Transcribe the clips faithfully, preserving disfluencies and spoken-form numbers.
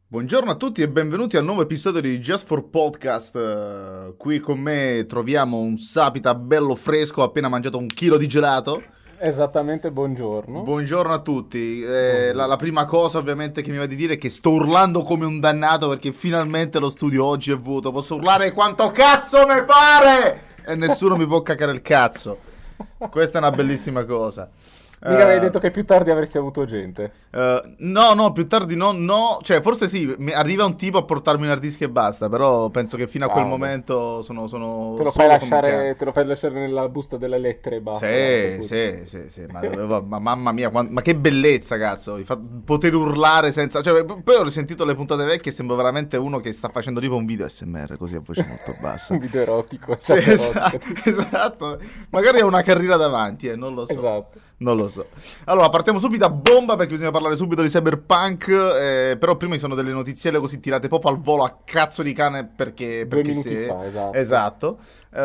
Buongiorno a tutti e benvenuti al nuovo episodio di Just for Podcast. Eh, Qui con me troviamo un sapita bello fresco, appena mangiato un chilo di gelato. Esattamente, buongiorno. Buongiorno a tutti. Eh, la, la Buongiorno. prima cosa ovviamente che mi va di dire è che sto urlando come un dannato perché finalmente lo studio oggi è vuoto. Posso urlare quanto cazzo mi pare e nessuno mi può cacare il cazzo. Questa è una bellissima cosa. Mica avevi Eh, detto che più tardi avresti avuto gente. Eh, no, no, più tardi no, no, cioè forse sì, mi- arriva un tipo a portarmi un hard disk e basta, però penso che fino a quel Ah, vabbè. momento sono, Te sono lo fai solo come un cane. lasciare, te lo fai lasciare nella busta delle lettere e basta, dai, fai Sì, così. sì, sì, sì, ma, dovevo- ma mamma mia, quan- ma che bellezza, cazzo, mi fa- poter urlare senza... Cioè, p- poi ho risentito le puntate vecchie e sembra veramente uno che sta facendo tipo un video A S M R, così a voce molto bassa. Un video erotico, Sì, chat erotica. esatto, esatto. Magari ha una carriera davanti, eh, non lo so. Esatto. Non lo so. Allora, partiamo subito a bomba perché bisogna parlare subito di Cyberpunk. Eh, però prima ci sono delle notizielle così tirate proprio al volo a cazzo di cane perché, Due perché minuti sì. fa, esatto. Esatto.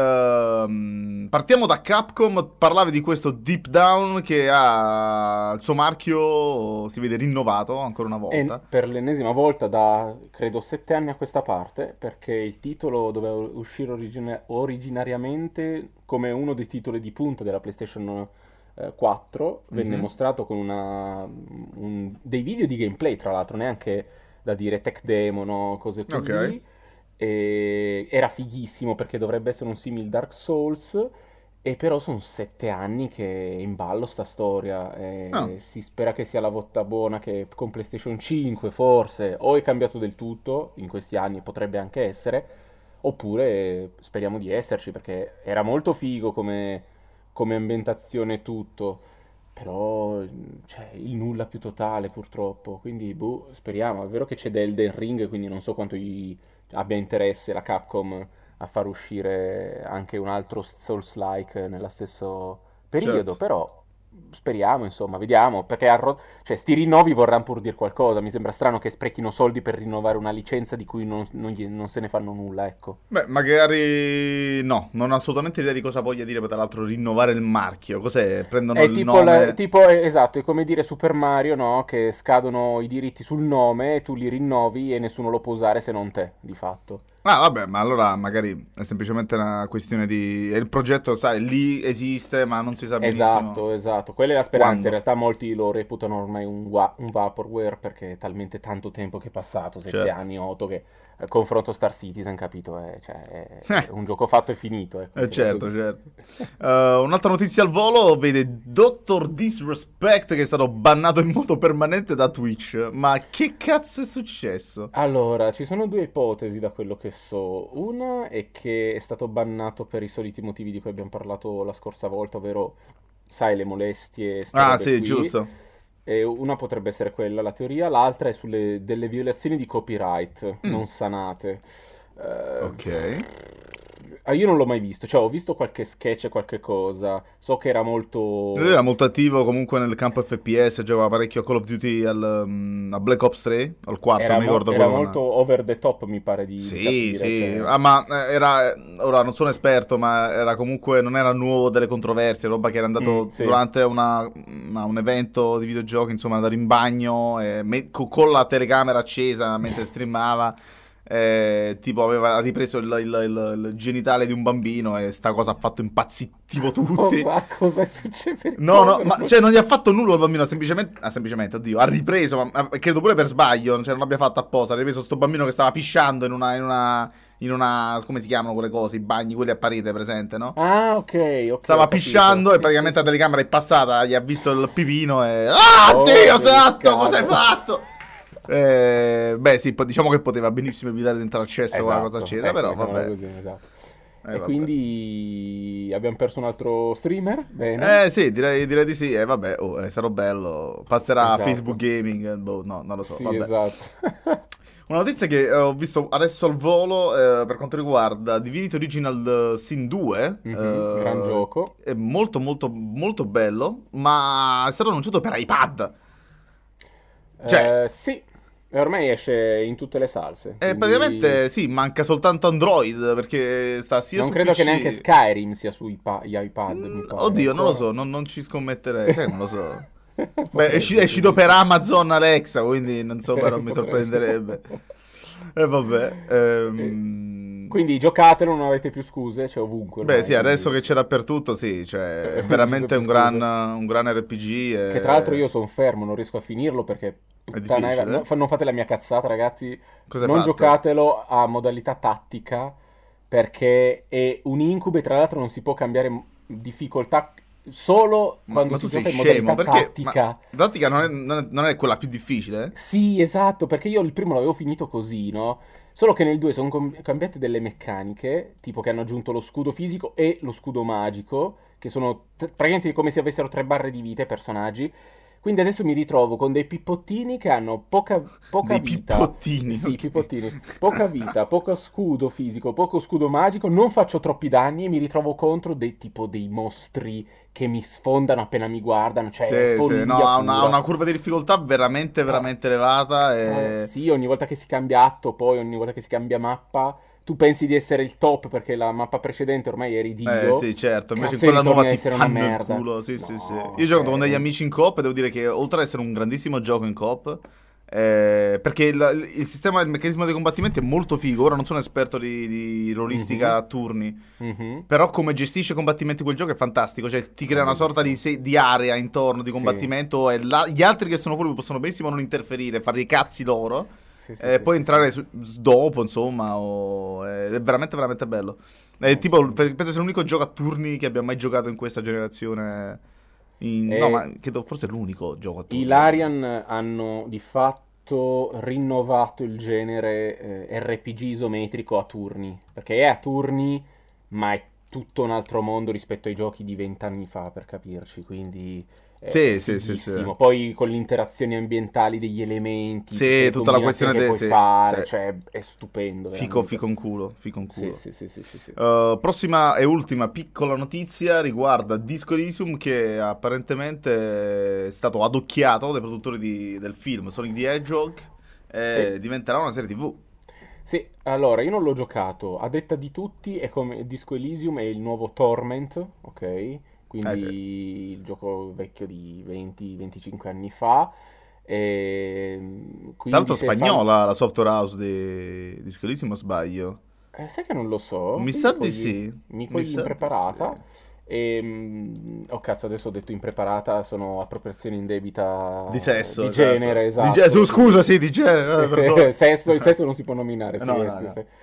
Ehm, partiamo da Capcom. Parlavi di questo Deep Down che ha il suo marchio, si vede rinnovato ancora una E volta. per l'ennesima volta da, credo, sette anni a questa parte, perché il titolo doveva uscire origina- originariamente come uno dei titoli di punta della PlayStation eh, quattro, venne Mhm. mostrato con una, un- dei video di gameplay, tra l'altro, neanche da dire tech demo, no? Cose Ok. così. E era fighissimo perché dovrebbe essere un simil Dark Souls. E però sono sette anni che è in ballo sta storia Ah, e si spera che sia la volta buona che con PlayStation cinque forse o è cambiato del tutto in questi anni, potrebbe anche essere, oppure speriamo di esserci perché era molto figo come, come ambientazione e tutto, però cioè, il nulla più totale purtroppo, quindi boh, speriamo, è vero che c'è Elden Ring, quindi non so quanto gli abbia interesse la Capcom a far uscire anche un altro Souls-like nello stesso certo. periodo, però speriamo, insomma, vediamo, perché arro- cioè, sti rinnovi vorranno pur dire qualcosa, mi sembra strano che sprechino soldi per rinnovare una licenza di cui non, non gli- non se ne fanno nulla, ecco. Beh, magari no, non ho assolutamente idea di cosa voglia dire, tra l'altro, rinnovare il marchio. Cos'è? Prendono È il tipo, la- nome. tipo, eh, esatto, è come dire Super Mario, no? Che scadono i diritti sul nome, tu li rinnovi e nessuno lo può usare se non te, di fatto. Ah, vabbè, ma allora magari è semplicemente una questione di... Il progetto, sai, lì esiste, ma non si sa benissimo Esatto, esatto, quella è la speranza. In quando. realtà molti lo reputano ormai un, wa- un vaporware perché è talmente tanto tempo che è passato, sette Certo. anni, otto, che eh, confronto Star Citizen, capito? È, cioè, è- Eh, è un gioco fatto e finito, ecco, eh, mettiamola certo, così. certo. Eh, un'altra notizia al volo vede doctor Disrespect che è stato bannato in modo permanente da Twitch. Ma che cazzo è successo? Allora, ci sono due ipotesi da quello che so. Una è che è stato bannato per i soliti motivi di cui abbiamo parlato la scorsa volta, ovvero, sai, le molestie, ste Ah, robe sì, qui. giusto. E una potrebbe essere quella, la teoria, l'altra è sulle delle violazioni di copyright Mm, non sanate. Eh, ok. ah, io non l'ho mai visto, cioè ho visto qualche sketch e qualche cosa, so che era Lui molto... era molto attivo comunque nel campo F P S, giocava parecchio a Call of Duty al, um, a Black Ops tre, al quarto, Era, non mi mo- ricordo era quello con... molto over the top, mi pare di, di Sì, capire, sì, cioè... ah, ma eh, era, ora non sono esperto, ma era comunque, non era nuovo delle controversie, roba che era Mm, andato sì. durante una, una- un evento di videogiochi, insomma, andare in bagno, e me- co- con la telecamera accesa mentre streamava, eh, tipo aveva ripreso il, il- il- il genitale di un bambino e sta cosa ha fatto impazzire tipo tutti. Cosa, cosa è successo? Per No, no, cosa? Non ma lo- cioè non gli ha fatto nulla il bambino, ha semplicemente, ha semplicemente, oddio, ha ripreso, ma, ma credo pure per sbaglio, cioè non l'abbia fatto apposta, ha ripreso sto bambino che stava pisciando in una, in una, in una, come si chiamano quelle cose, i bagni, quelli a parete, presente, no? Ah, ok, ok, ho Stava capito. pisciando e Sì, sì, praticamente la sì. telecamera è passata, gli ha visto il pipino e... Ah, Oh, Dio che santo, cosa hai riscatto. fatto? Eh, beh, sì, po- diciamo che poteva benissimo evitare di entrare accesso con la cosa Esatto, accesa, ecco, però mettiamola vabbè. così, esatto. Eh, E vabbè. quindi abbiamo perso un altro streamer? Bene. Eh sì, direi, direi di sì. E vabbè, oh, è stato bello. Passerà a Facebook Esatto. Gaming. eh, Boh, no, non lo so. Sì, Vabbè. esatto. Una notizia che eh, ho visto adesso al volo eh, per quanto riguarda Divinity Original Sin due. Mhm, gran eh, gioco. è molto, molto, molto bello. Ma è stato annunciato per iPad. Cioè, Eh, sì, e ormai esce in tutte le salse, eh, quindi praticamente sì, manca soltanto Android perché sta sia non su credo che neanche P C. Skyrim sia sui pa- gli iPad, mi Mm, pare, oddio, non lo ancora. so, non, non ci scommetterei. Sai, non lo so. Beh, è usci- è Potrebbe, uscito quindi. per Amazon Alexa, quindi insomma Eh, non mi potrebbe. sorprenderebbe. E vabbè. Eh, ehm, Quindi giocatelo, non avete più scuse, c'è ovunque Beh, ormai, sì, adesso quindi che c'è sì. dappertutto, sì, cioè, è Non ci sono veramente più un gran, scuse. un gran R P G, Che tra l'altro e- io sono fermo, non riesco a finirlo perché è puttana Eva, no, difficile. fa- non fate la mia cazzata, ragazzi, Cosa hai non fatto? giocatelo a modalità tattica perché è un incubo e tra l'altro non si può cambiare m- difficoltà solo Ma, quando ma si tu sei gioca in scemo, modalità perché... Ma tattica. Datica non è, non è- non è quella più difficile? Eh? Sì, esatto, perché io il primo l'avevo finito così, no? Solo che nel due sono com- cambiate delle meccaniche, tipo che hanno aggiunto lo scudo fisico e lo scudo magico, che sono t- praticamente come se avessero tre barre di vita i personaggi. Quindi adesso mi ritrovo con dei pippottini che hanno poca, poca Dei vita. pippottini, Sì, ok. pippottini. Poca vita, poco scudo fisico, poco scudo magico, non faccio troppi danni e mi ritrovo contro dei tipo dei mostri che mi sfondano appena mi guardano, cioè è Sì, sì, no, follia ha una, ha pura. una curva di difficoltà veramente, Ah, veramente elevata ah, e... sì, ogni volta che si cambia atto, poi ogni volta che si cambia mappa, tu pensi di essere il top perché la mappa precedente ormai eri Eh Dio. sì, certo, invece in Cazzo, e quella ritorni nuova a ti essere una fanno il merda. culo, sì, sì, sì. Io No, ho giocato con cioè, degli non- amici in coop e devo dire che oltre ad essere un grandissimo gioco in coop, eh, perché il, il sistema, il meccanismo dei combattimenti è molto figo, ora non sono esperto di, di Mhm, rolistica a turni, mhm. però come gestisce i combattimenti quel gioco è fantastico, cioè ti È crea una sorta di, bellissimo. se- di area intorno di Sì, combattimento e la- gli altri che sono fuori possono benissimo non interferire, fare i cazzi loro sì, sì, e sì, poi sì, sì. entrare su- dopo, insomma, o- è veramente veramente bello. È No, tipo, sì. pe- penso sia l'unico gioco a turni che abbia mai giocato in questa generazione. In- No, E ma credo forse è l'unico gioco a i turni che abbia. Larian hanno di fatto rinnovato il genere eh, R P G isometrico a turni, perché è a turni, ma è tutto un altro mondo rispetto ai giochi di vent'anni fa, per capirci, quindi è, è Sì, sì, sì, sì. fighissimo. Poi con le interazioni ambientali degli elementi, tutte Sì, le tutta la combinazioni questione che de... puoi Sì, sì. fare, cioè è stupendo, Fico, veramente. fico un culo, fico un Sì, culo. sì, sì, sì, sì, sì. Uh, prossima e ultima piccola notizia riguarda Disco Elysium che apparentemente è stato adocchiato dai produttori di- del film Sonic the Hedgehog Sì. e diventerà una serie T V. Sì, allora io non l'ho giocato, a detta di tutti è come Disco Elysium è il nuovo Torment, ok? Eh sì. Quindi il gioco vecchio di venti venticinque anni fa. E Tra quindi l'altro se fan... spagnola la software house di Disco Elysium o sbaglio? Eh, sai che non lo so? Mi Qui sa mi di cogli, sì, mi mi cogli sa di sì. impreparata. E... mm, Oh cazzo, adesso ho detto impreparata, sono appropriazione Di indebita sesso, di esatto. genere, Di Gesù, esatto. scusa, Di... sì, di genere, eh, perdono. Sesso, il sesso non si può nominare, No, sì, no, sì, no. sì.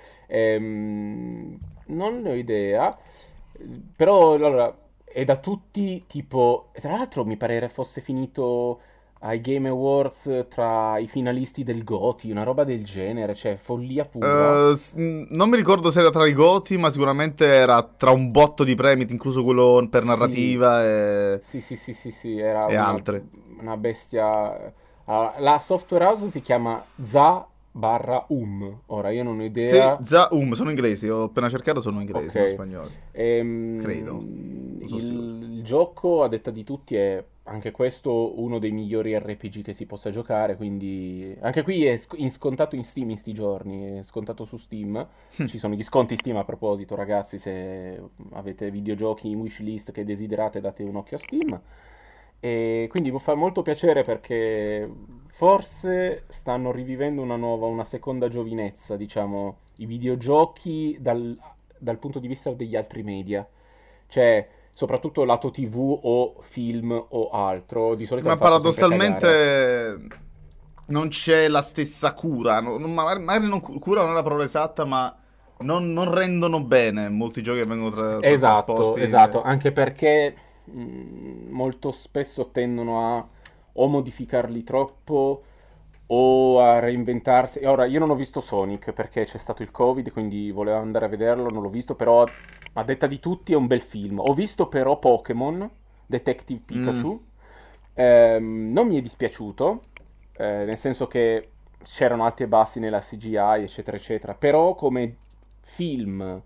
Ehm, non ne ho idea, però allora è da tutti tipo, e tra l'altro mi pare fosse finito ai Game Awards tra i finalisti del GOTY, una roba del genere, cioè follia pura. Eh, s- n- non mi ricordo se era tra i Goti, ma sicuramente era tra un botto di premi, incluso quello per Sì, narrativa e, sì, sì, sì, sì, sì, era e una, altre. una bestia. Allora, la software house si chiama Za barra Um. Ora, io non ho Sì, idea. Zaum, sono inglesi, ho appena cercato, sono inglesi, non Ok. spagnoli. Credo, Ehm, non so sicuro. il, il gioco, a detta di tutti, è anche questo uno dei migliori R P G che si possa giocare, quindi anche qui è sc- in scontato in Steam in sti giorni, è scontato su Steam. Ci sono gli sconti Steam a proposito, ragazzi, se avete videogiochi in wishlist che desiderate, date un occhio a Steam. E quindi mi fa molto piacere perché forse stanno rivivendo una nuova, una seconda giovinezza, diciamo, i videogiochi dal, dal punto di vista degli altri media. Cioè, soprattutto lato T V o film o altro, di Sì, solito hanno ma fatto sempre cagare. paradossalmente non c'è la stessa cura, non- non- magari, magari non cu- cura non è la parola esatta, ma non, non rendono bene molti giochi che vengono tra- tra- Esatto, trasposti. eh. esatto, anche perché mh, molto spesso tendono a o modificarli troppo o a reinventarsi. E ora, io non ho visto Sonic perché c'è stato il Covid, quindi volevo andare a vederlo, non l'ho visto, però a detta di tutti è un bel film. Ho visto però Pokémon, Detective Mm. Pikachu, ehm, non mi è dispiaciuto, eh, nel senso che c'erano alti e bassi nella C G I, eccetera, eccetera, però come film,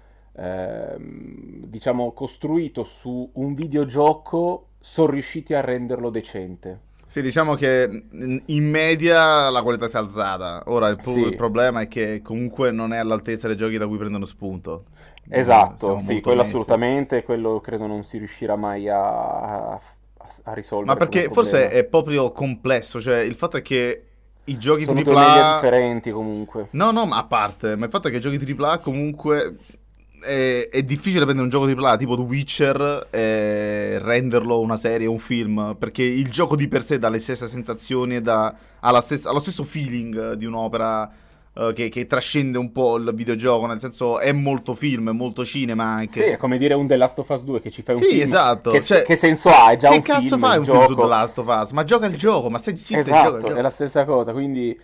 ehm, diciamo, costruito su un videogioco, sono riusciti a renderlo decente. Sì, diciamo che in in media la qualità si è alzata. Ora il, pro- il Sì, problema è che comunque non è all'altezza dei giochi da cui prendono spunto. Mm, esatto, Siamo sì, molto quello onesti. assolutamente, quello credo non si riuscirà mai a, a- a Ma risolvere come perché forse problema. è proprio complesso, cioè il fatto è che i giochi Sono due media tripla A. differenti comunque. No, no, ma a parte, ma il fatto è che i giochi tripla A comunque è, è difficile prendere un gioco tripla A tipo The Witcher e renderlo una serie o un film, perché il gioco di per sé dà le stesse sensazioni e dà, ha la stessa- ha lo stesso feeling di un'opera eh, che, che trascende un po' il videogioco, nel senso è molto film, è molto cinema Sì, è anche. come dire un The Last of Us due che ci fai un Sì, film. Che, esatto, st- cioè, che senso ha? È già che un cazzo film fai il un film su The gioco. Last of Us? Ma gioca il gioco, ma stai zitto e gioca il Esatto, è la gioco. stessa cosa. Quindi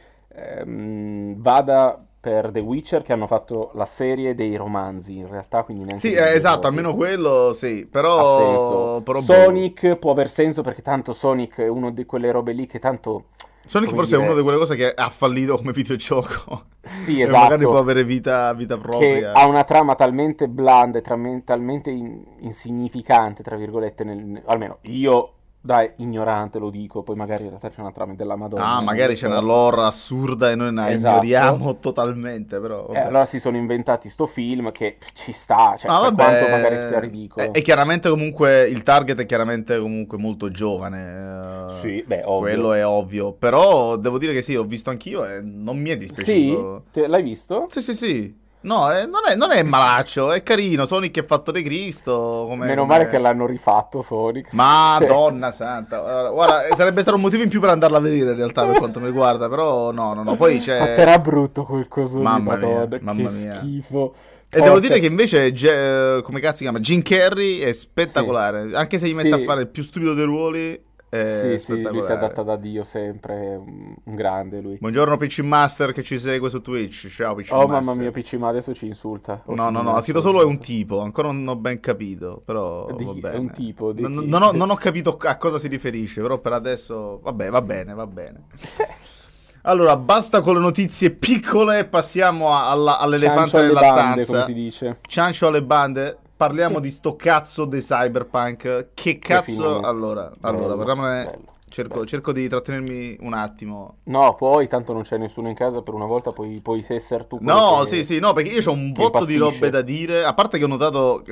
ehm, vada per The Witcher che hanno fatto la serie dei romanzi, in realtà, quindi neanche Sì, dei eh, esatto, videogiochi. almeno quello sì, Ha senso. però, però boh. Sonic può aver senso perché tanto Sonic è uno di quelle robe lì che tanto, Sonic come forse è una di dire, quelle cose che ha fallito come videogioco sì, e magari può esatto, avere vita, vita che propria. ha una trama talmente blanda e tra- talmente in- insignificante, tra virgolette, nel- almeno io, dai, ignorante lo dico, poi magari in realtà c'è una trama della Ah, Madonna, e non lo magari c'è una so. lore assurda e noi la Esatto. ignoriamo totalmente, però E vabbè. allora si sono inventati sto film che ci sta, cioè, Ah, per quanto magari sia vabbè. E, ridicolo. e chiaramente comunque il target è chiaramente comunque molto giovane, eh, Sì, beh, quello ovvio. è ovvio. Però devo dire che sì, l'ho visto anch'io e non mi è Sì? dispiaciuto. Te- l'hai visto? Sì, sì, sì. No, eh, non è, non è malaccio, è carino. Sonic è fatto di Cristo, come, Meno male che come... l'hanno rifatto Sonic. Madonna santa. Guarda, guarda, eh, sarebbe stato un motivo in più per andarla a vedere in realtà per quanto mi riguarda, però no, no, no. Poi c'è... Fatterà brutto quel coso lì, Mamma mia, Madonna, che mamma mia. schifo. E devo dire Porca... che invece, Ge- eh, come cazzo si chiama? Jim Carrey è Sì, spettacolare. Anche se gli mette a sì, fare il più stupido dei ruoli, è sì, sì, lui si adatta spettacolare. da Dio sempre, un un grande lui. Buongiorno P C Master che ci segue su Twitch. Ciao P C Oh mamma mia, Master. P C, ma adesso ci insulta, o No, ci no, no, ha scritto minaccia, solo è non un so. tipo, ancora non ho ben capito, però Di va chi? È un bene. tipo, di Non, chi? non ho, non ho capito a cosa si riferisce, però per adesso, vabbè, va bene, va bene. Allora, basta con le notizie piccole, passiamo a- alla- Ciancio all'elefante alle nella bande, come si stanza. dice. Ciancio alle bande, parliamo di sto cazzo di Cyberpunk. Che Che cazzo? finalmente. Allora, allora, Bello, parliamone. bello, Cerco, bello. cerco di trattenermi un attimo. No, poi tanto non c'è nessuno in casa, per una volta puoi, puoi essere tu quello No, sì, che, sì, no, perché io ho un che botto di robe impazzisce. da dire. A parte che ho notato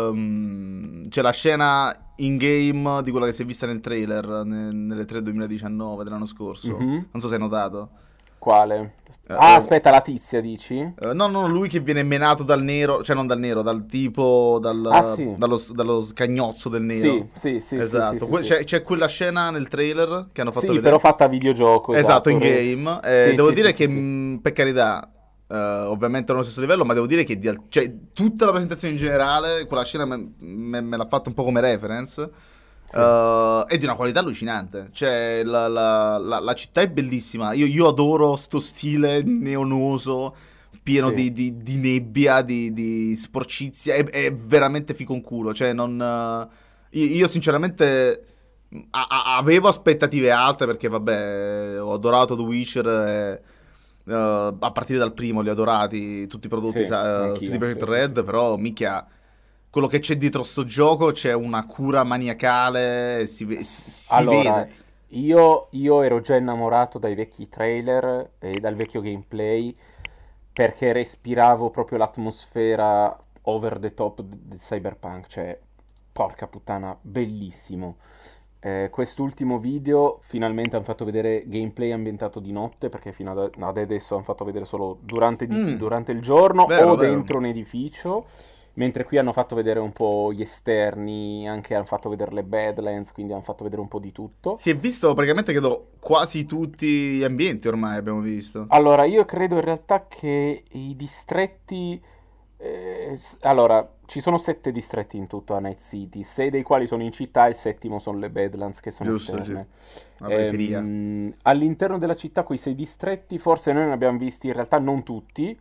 ehm, c'è la scena in game di quella che si è vista nel trailer ne- nelle tre duemiladiciannove dell'anno scorso. Mhm. Non so se hai notato. Quale? Eh, Ah, eh, aspetta, la tizia, dici? eh, no, no, lui che viene menato dal nero, cioè non dal nero, dal tipo, Ah, dal, sì. dallo, dallo scagnozzo del Sì, nero. sì, sì, sì, sì, Esatto, sì, Que- sì. c'è, c'è quella scena nel trailer che hanno fatto Sì, però vedere. fatta a videogioco, Esatto, in esatto. res- game. Eh, Sì, devo sì, sì, dire sì, che, sì. mh, per carità, eh, ovviamente non allo stesso livello, ma devo dire che di al- cioè, tutta la presentazione in generale, quella scena me, me- me l'ha fatta un po' come reference. Sì, eh, è di una qualità allucinante. Cioè, la, la- la- la città è bellissima. Io, io adoro sto stile neonoso, pieno sì. di, di- di nebbia, di, di sporcizia. È, è veramente fico un culo. Cioè, non. eh, io, io sinceramente. a- a- avevo aspettative alte perché, vabbè, ho adorato The Witcher. E, eh, a partire dal primo li ho adorati tutti i prodotti Sì, sa- eh, C D anch'io. Projekt Sì, sì, sì, Red, sì. però minchia, quello che c'è dietro sto gioco c'è una cura maniacale, si, ve- S- si Allora, vede. io, io ero già innamorato dai vecchi trailer e dal vecchio gameplay perché respiravo proprio l'atmosfera over the top d- del Cyberpunk, cioè, porca puttana, bellissimo. Eh, quest'ultimo video finalmente hanno fatto vedere gameplay ambientato di notte perché fino ad, ad adesso hanno fatto vedere solo durante, di- Mm, durante il giorno vero, o vero. dentro un edificio. Mentre qui hanno fatto vedere un po' gli esterni, anche hanno fatto vedere le Badlands, quindi hanno fatto vedere un po' di tutto. Si è visto praticamente, credo, quasi tutti gli ambienti ormai abbiamo visto. Allora, io credo in realtà che i distretti... eh, s- allora, ci sono sette distretti in tutto a Night City, sei dei quali sono in città e il settimo sono le Badlands che sono Giusto, sì. esterne. La periferia. Ehm, all'interno della città, quei sei distretti, forse noi ne abbiamo visti in realtà non tutti,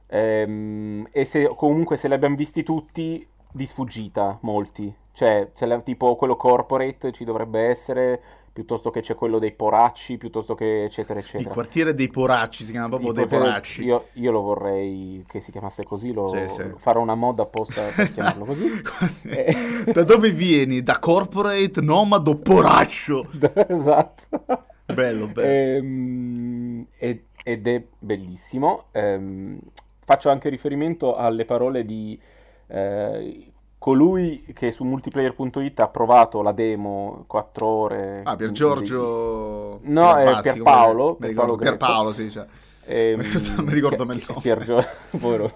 ehm, e se, comunque se li abbiamo visti tutti, di sfuggita, molti. Cioè, c'è la- tipo quello corporate ci dovrebbe essere, piuttosto che c'è quello dei poracci, piuttosto che eccetera, Il eccetera. quartiere dei poracci, si chiama Il proprio dei quartiere- poracci. io, io lo vorrei che si chiamasse così, Sì, lo, sì. lo- farò una mod apposta per chiamarlo così. E- Da dove vieni? Da corporate, nomado, poraccio. Esatto. Bello, bello. Ehm, ed, ed è bellissimo. Ehm, faccio anche riferimento alle parole di eh, colui che su multiplayer punto it ha provato la demo quattro ore. Ah, Pier in- Giorgio No, è Gravassi, come Pierpaolo, mi Pierpaolo ricordo, Greco. Pierpaolo, sì, cioè. Mi ricordo, Ehm, mi ricordo che, me il che, nome. Pier Gio- povero.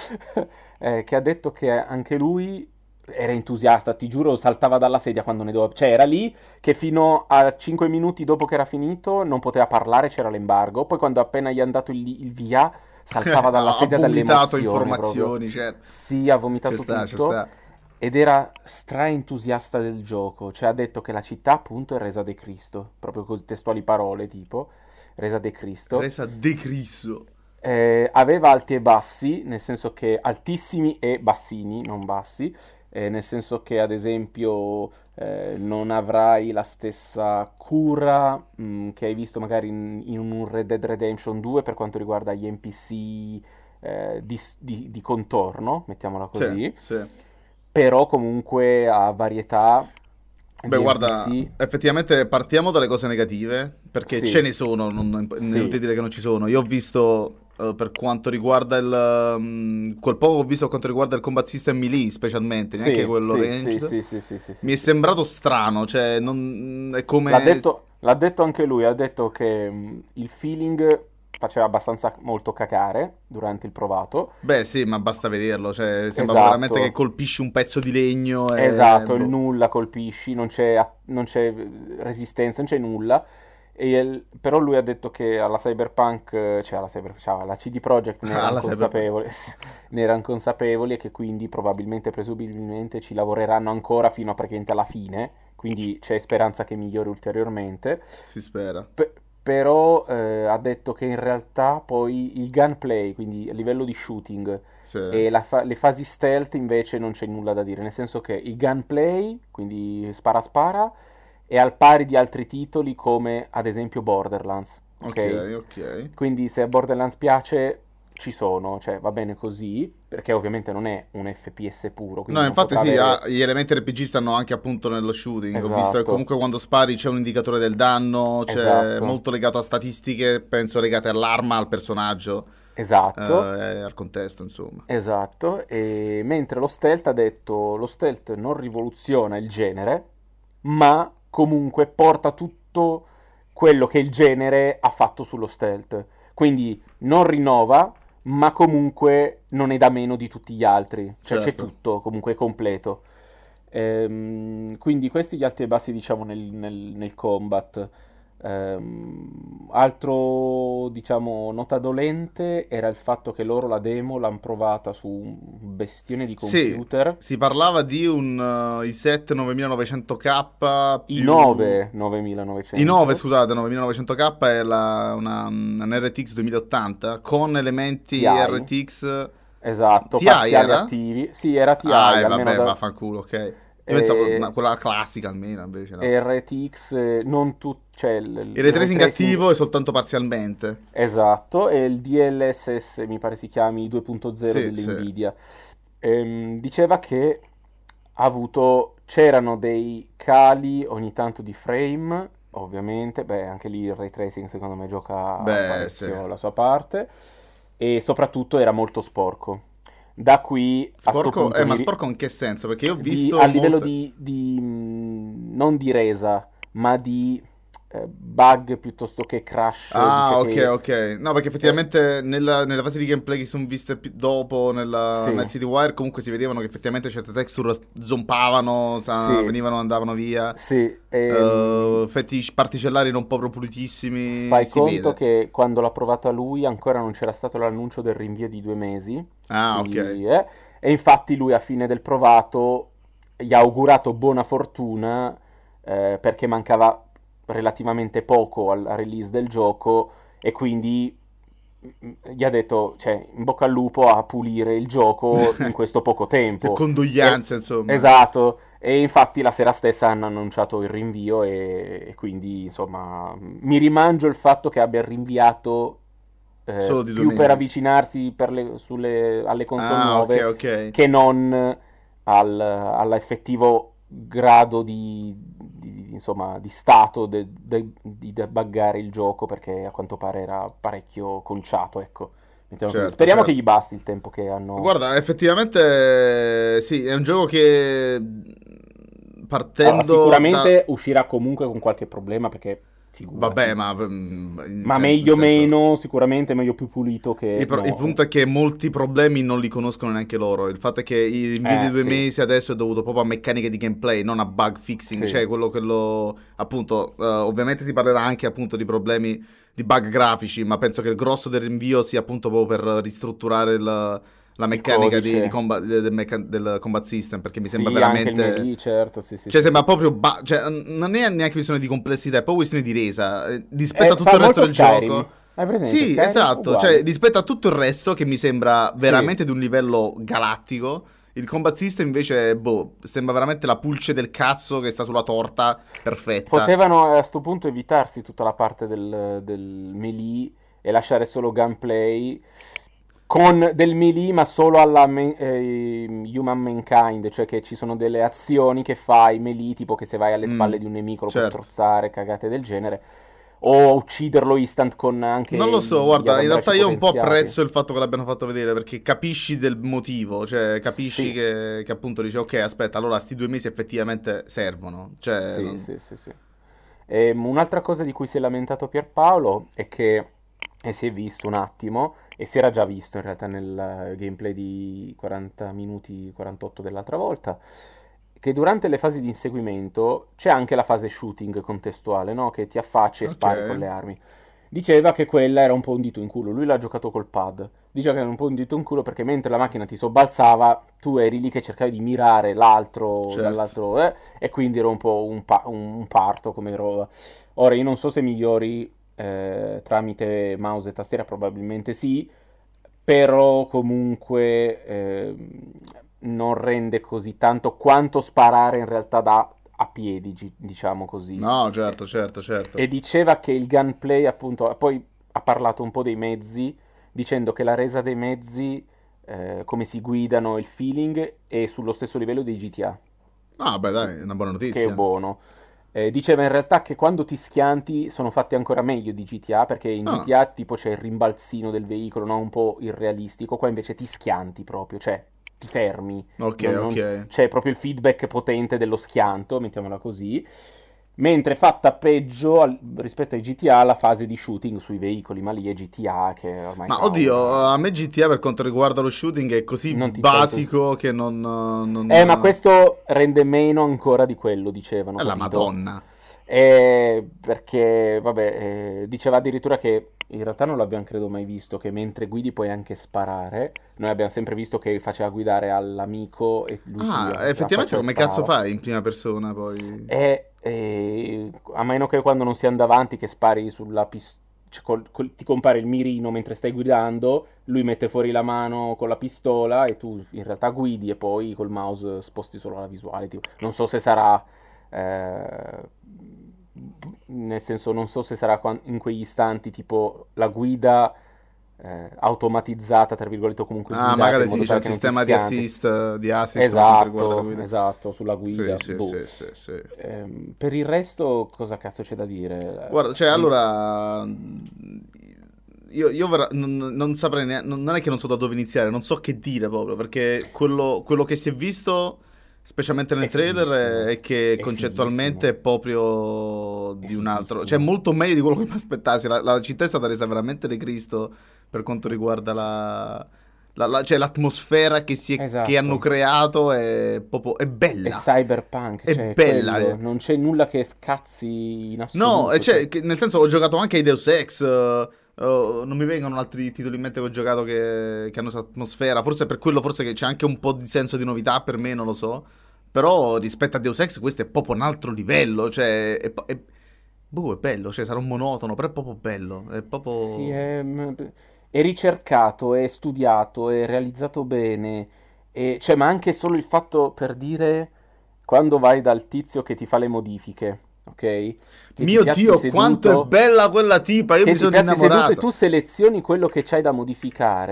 Eh, che ha detto che anche lui era entusiasta, ti giuro, saltava dalla sedia quando ne doveva. Cioè, era lì che fino a cinque minuti dopo che era finito non poteva parlare, c'era l'embargo. Poi, quando appena gli hanno dato il, il via, saltava dalla ha, ha sedia vomitato dall'emozione proprio. informazioni, cioè. Sì, ha Ci vomitato sta, ci tutto. sta. Ed era stra entusiasta del gioco, cioè ha detto che la città appunto è resa de Cristo, proprio così testuali parole tipo, resa de Cristo. Resa De Cristo. Eh, aveva alti e bassi, nel senso che altissimi e bassini, non bassi, eh, nel senso che ad esempio eh, non avrai la stessa cura mh, che hai visto magari in, in un Red Dead Redemption due per quanto riguarda gli N P C eh, di, di- di contorno, mettiamola Sì, così, sì. però comunque ha varietà Beh, di guarda, N P C. effettivamente partiamo dalle cose negative, perché ce Sì, ne sono, non, non è sì, inutile dire che non ci sono. Io ho visto, eh, per quanto riguarda il... mm, quel poco che ho visto per quanto riguarda il combat system melee, specialmente, neanche sì, quello sì, sì, ranged, sì, sì, sì, sì, sì, mi è sì. sembrato strano, cioè, non... è L'ha come... detto, l'ha detto anche lui, ha detto che mh, il feeling faceva abbastanza molto cacare durante il provato. Beh, sì, ma basta vederlo, cioè, sembrava veramente che Esatto, colpisci un pezzo di legno e... esatto, il boh. nulla colpisci, non c'è a- non c'è resistenza, non c'è nulla. E il- però lui ha detto che alla Cyberpunk, eh, cioè alla, Cyber, cioè alla C D Projekt ne erano Alla Cyberpunk. consapevoli, ne erano consapevoli e che quindi probabilmente, presumibilmente ci lavoreranno ancora fino a praticamente alla fine, quindi c'è speranza che migliori ulteriormente. Si spera. Pe- però eh, ha detto che in realtà poi il gunplay, quindi a livello di shooting, Sì. e la fa- le fasi stealth invece non c'è nulla da dire, nel senso che il gunplay, quindi spara spara, è al pari di altri titoli come ad esempio Borderlands, Ok, ok? ok. Quindi se a Borderlands piace, ci sono, cioè va bene così, perché ovviamente non è un F P S puro, No, quindi non infatti potrà sì, avere... ha- gli elementi R P G stanno anche appunto nello shooting. Ho visto che Esatto, comunque quando spari c'è un indicatore del danno, c'è esatto, molto legato a statistiche, penso legate all'arma, al personaggio, eh, esatto. e al contesto, insomma. Esatto, e mentre lo stealth ha detto lo stealth non rivoluziona il genere, ma comunque porta tutto quello che il genere ha fatto sullo stealth. Quindi non rinnova, ma comunque non è da meno di tutti gli altri, cioè c'è Certo. tutto, comunque è completo. Ehm, quindi questi gli alti e bassi diciamo nel, nel- nel combat. Ehm, altro, diciamo, nota dolente era il fatto che loro la demo l'hanno provata su un bestione di Sì, computer, si parlava di un uh, i sette novantanovecento K i più... nove I nove, novantanovecento scusate, novantanovecento K è la- una, un R T X duemila ottanta con elementi Ti, R T X... esatto, Ti parziali era? attivi. Sì, era Ti, Ah, e almeno vabbè, da... vaffanculo, ok. Io pensavo una- eh, quella classica almeno, invece no. R T X, eh, non tutto, cioè il, Il il ray ray tracing tracing. attivo è soltanto parzialmente. Esatto, e il D L S S mi pare si chiami due punto zero Sì, sì. dell'Nvidia. Ehm, diceva che ha avuto, c'erano dei cali ogni tanto di frame, ovviamente, beh anche lì il ray tracing secondo me gioca Beh, sì. parecchio la sua parte, e soprattutto era molto sporco. Da qui a sto Sporco? punto Eh, ma mi ri- sporco in che senso? Perché io ho di- visto a livello molte... di, di, mh, non di resa, ma di eh, bug piuttosto che crash, dice Ah, ok, che ok. No, perché eh, effettivamente nella, nella fase di gameplay che sono viste più dopo nella sì, Night City Wire comunque si vedevano che effettivamente certe texture zompavano, sa- sì, venivano, andavano via. sì, ehm, Eh, effetti particellari non proprio pulitissimi, fai si conto vede. che quando l'ha provata lui ancora non c'era stato l'annuncio del rinvio di due mesi, Ah, ok. quindi, eh, e infatti lui a fine del provato gli ha augurato buona fortuna eh, perché mancava relativamente poco al al release del gioco e quindi mm, gli ha detto, cioè, in bocca al lupo a pulire il gioco in questo poco tempo. E- Condoglianze, insomma. esatto, e infatti la sera stessa hanno annunciato il rinvio e, e quindi, insomma, mi rimangio il fatto che abbia rinviato eh, Solo di due più per mesi. avvicinarsi per le- sulle- alle console Ah, ok, nuove ok. che non al, all'effettivo grado di, di- insomma, di stato de- de- di debuggare il gioco perché a quanto pare era parecchio conciato, ecco. Mettiamo così. certo, Speriamo che certo. gli basti il tempo che hanno. Guarda, effettivamente sì, è un gioco che Allora, partendo da... sicuramente uscirà comunque con qualche problema perché Vabbè, figurati. ma mm, in Ma sen- nel meglio senso... meno, sicuramente meglio più pulito Il, che pro- il no. punto è che molti problemi non li conoscono neanche loro. Il fatto è che il rinvio di Eh, due sì, mesi adesso è dovuto proprio a meccaniche di gameplay, non a bug fixing. sì. Cioè, quello, quello appunto, eh, ovviamente si parlerà anche appunto di problemi di bug grafici, ma penso che il grosso del rinvio sia appunto proprio per ristrutturare il- la Il meccanica di, di codice. comba- del, mecha- del combat system, perché mi sembra Sì, anche il veramente... melee, certo, sì, sì, Cioè, sì, sembra sì. proprio... ba- cioè, n- non è neanche questione di complessità, è proprio questione di resa. Eh, Rispetto Eh, a tutto fa il resto molto del Skyrim. gioco... Hai presente? Sì, Skyrim esatto, cioè uguale. rispetto a tutto il resto che mi sembra Sì. veramente di un livello galattico, il combat system invece, boh, sembra veramente la pulce del cazzo che sta sulla torta perfetta. Potevano a sto punto evitarsi tutta la parte del, del melee e lasciare solo gunplay con del melee ma solo alla man- eh, Human Mankind, cioè che ci sono delle azioni che fai melee, tipo che se vai alle spalle Mm, di un nemico lo puoi certo. strozzare, cagate del genere, o ucciderlo instant con anche Non lo so, gli guarda, in avambracci realtà io un po' potenziati. apprezzo il fatto che l'abbiano fatto vedere perché capisci del motivo, cioè capisci Sì, che, che appunto dici ok, aspetta, allora sti due mesi effettivamente servono, cioè... sì, non- sì, sì, sì. Ehm, un'altra cosa di cui si è lamentato Pierpaolo è che, e si è visto un attimo, e si era già visto in realtà nel eh, gameplay di quaranta minuti, quarantotto dell'altra volta, che durante le fasi di inseguimento c'è anche la fase shooting contestuale, no? Che ti affacci e Ok, spari con le armi. Diceva che quella era un po' un dito in culo, lui l'ha giocato col pad. Diceva che era un po' un dito in culo perché mentre la macchina ti sobbalzava, tu eri lì che cercavi di mirare l'altro certo. dall'altro, eh, e quindi era un po' un, pa- un parto come roba. Ora, io non so se migliori eh, tramite mouse e tastiera, probabilmente sì, però comunque ehm, non rende così tanto quanto sparare in realtà da a piedi, gi- diciamo così. No, Eh, certo, certo, E certo. diceva che il gunplay, appunto, poi ha parlato un po' dei mezzi, dicendo che la resa dei mezzi, eh, come si guidano, il feeling, è sullo stesso livello dei G T A, Ah, beh, dai, è una buona che è notizia. buono. Eh, diceva in realtà che quando ti schianti sono fatti ancora meglio di G T A, perché in Ah, G T A tipo c'è il rimbalzino del veicolo, no? Un po' irrealistico, qua invece ti schianti proprio, cioè ti fermi, ok, non- ok. non- c'è proprio il feedback potente dello schianto, mettiamola così. Mentre fatta peggio al- rispetto ai G T A la fase di shooting sui veicoli, ma lì è G T A che ormai Ma ha oddio, una... a me G T A per quanto riguarda lo shooting è così non ti c'è così. basico che non... Eh, ma non... questo rende meno ancora di quello, dicevano, È la capito? Madonna. Eh, perché, vabbè, eh, diceva addirittura che in realtà non l'abbiamo credo mai visto, che mentre guidi puoi anche sparare. Noi abbiamo sempre visto che faceva guidare all'amico e lui si Ah, effettivamente affacciava e come cazzo sparava. fai in prima persona poi? E, e a meno che quando non si anda avanti che spari sulla pistola, ti compare il mirino mentre stai guidando, lui mette fuori la mano con la pistola e tu in realtà guidi e poi col mouse sposti solo la visuale. Tipo. Non so se sarà... eh, nel senso, non so se sarà quan- in quegli istanti tipo la guida eh, automatizzata, tra virgolette, o comunque Ah, guidata magari in sì, modo c'è tale un che non ti sistema di schianti. assist, di assist per quanto riguarda la Esatto, guida. esatto, sulla Sì, guida. sì, Boh. sì, sì, sì. Ehm, per il resto, cosa cazzo c'è da dire? Guarda, cioè, Eh, il- allora... Io, io vera- non, non saprei neanche... Non non è che non so da dove iniziare, non so che dire proprio, perché quello, quello che si è visto, specialmente È nel trailer, è, fighissimo, è che è concettualmente è fighissimo, proprio è di un altro... Cioè, fighissimo. molto meglio di quello che mi aspettassi. La, la città è stata resa veramente de Cristo per quanto riguarda la... la- la- cioè, l'atmosfera che, si è- che hanno Esatto. creato è proprio... è È bella. cyberpunk, È cioè è bella. quello. eh. Non c'è nulla che scazzi in No, e assoluto. Cioè, cioè, che- nel senso ho giocato anche ai Deus Ex, eh, eh, non mi vengono altri titoli in mente che ho giocato che, che hanno questa atmosfera, forse è per quello, forse che c'è anche un po' di senso di novità per me, non lo so, però rispetto a Deus Ex questo è proprio un altro livello, cioè, è, è, boh, è bello, cioè sarà un monotono, però è proprio bello, è sì, proprio... è, è ricercato, è studiato, è realizzato bene. E, cioè, ma anche solo il fatto per dire quando vai dal tizio che ti fa le modifiche, ok? Che ti Mio piazzi Dio, quanto è seduto, bella quella tipa, io che mi ti sono piazzi seduto e innamorato. tu selezioni quello che c'hai da modificare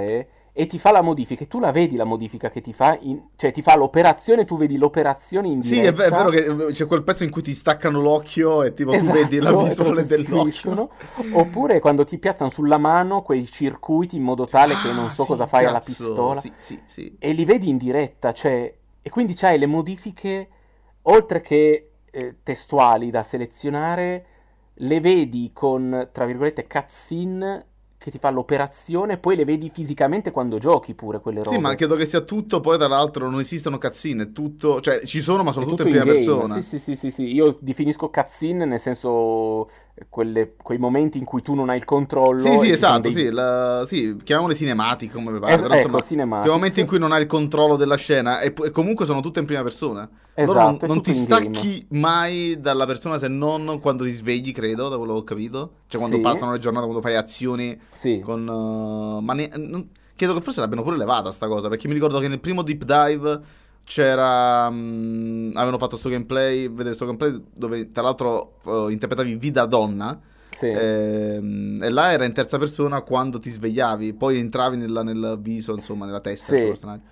e ti fa la modifica, e tu la vedi la modifica che ti fa, in- cioè ti fa l'operazione, tu vedi l'operazione in Sì, è, ve- è vero diretta. che c'è quel pezzo in cui ti staccano l'occhio e tipo tu vedi la Esatto, e te lo visuale dell'occhio. sostituiscono. Oppure quando ti piazzano sulla mano quei circuiti in modo tale che non Ah, so cosa sì, fai alla cazzo. pistola Sì, sì, sì. e li vedi in diretta, cioè, e quindi c'hai le modifiche, oltre che eh, testuali da selezionare, le vedi con, tra virgolette, cutscene che ti fa l'operazione, poi le vedi fisicamente quando giochi pure quelle Sì, ma robe. credo che sia tutto, poi tra l'altro non esistono cazzine, è tutto, cioè ci sono ma sono È tutte in tutto in prima game, sì, persona. sì, sì, sì, sì. Io definisco cutscene nel senso eh, quelle- quei momenti in cui tu non hai il Sì, controllo sì, e ci sono esatto, dei... sì, la- sì, chiamiamole cinematiche come mi pare, Es- però ecco, insomma, quei momenti in cinematics, cui non hai il controllo della scena e, e comunque sono tutte in prima persona. Loro non, esatto, è non tutto ti in game. stacchi mai dalla persona se non quando ti svegli, credo, da quello che ho capito. Cioè quando Sì, passano le giornate, quando fai azioni sì, con... uh, ma ne- non- credo che forse l'abbiano pure levata sta cosa, perché mi ricordo che nel primo deep dive c'era... mm, avevano fatto sto gameplay, vedere sto gameplay dove tra l'altro uh, interpretavi V da donna. sì, Ehm, e là era in terza persona quando ti svegliavi, poi entravi nella- nel viso, insomma, nella testa del tuo sì. personaggio.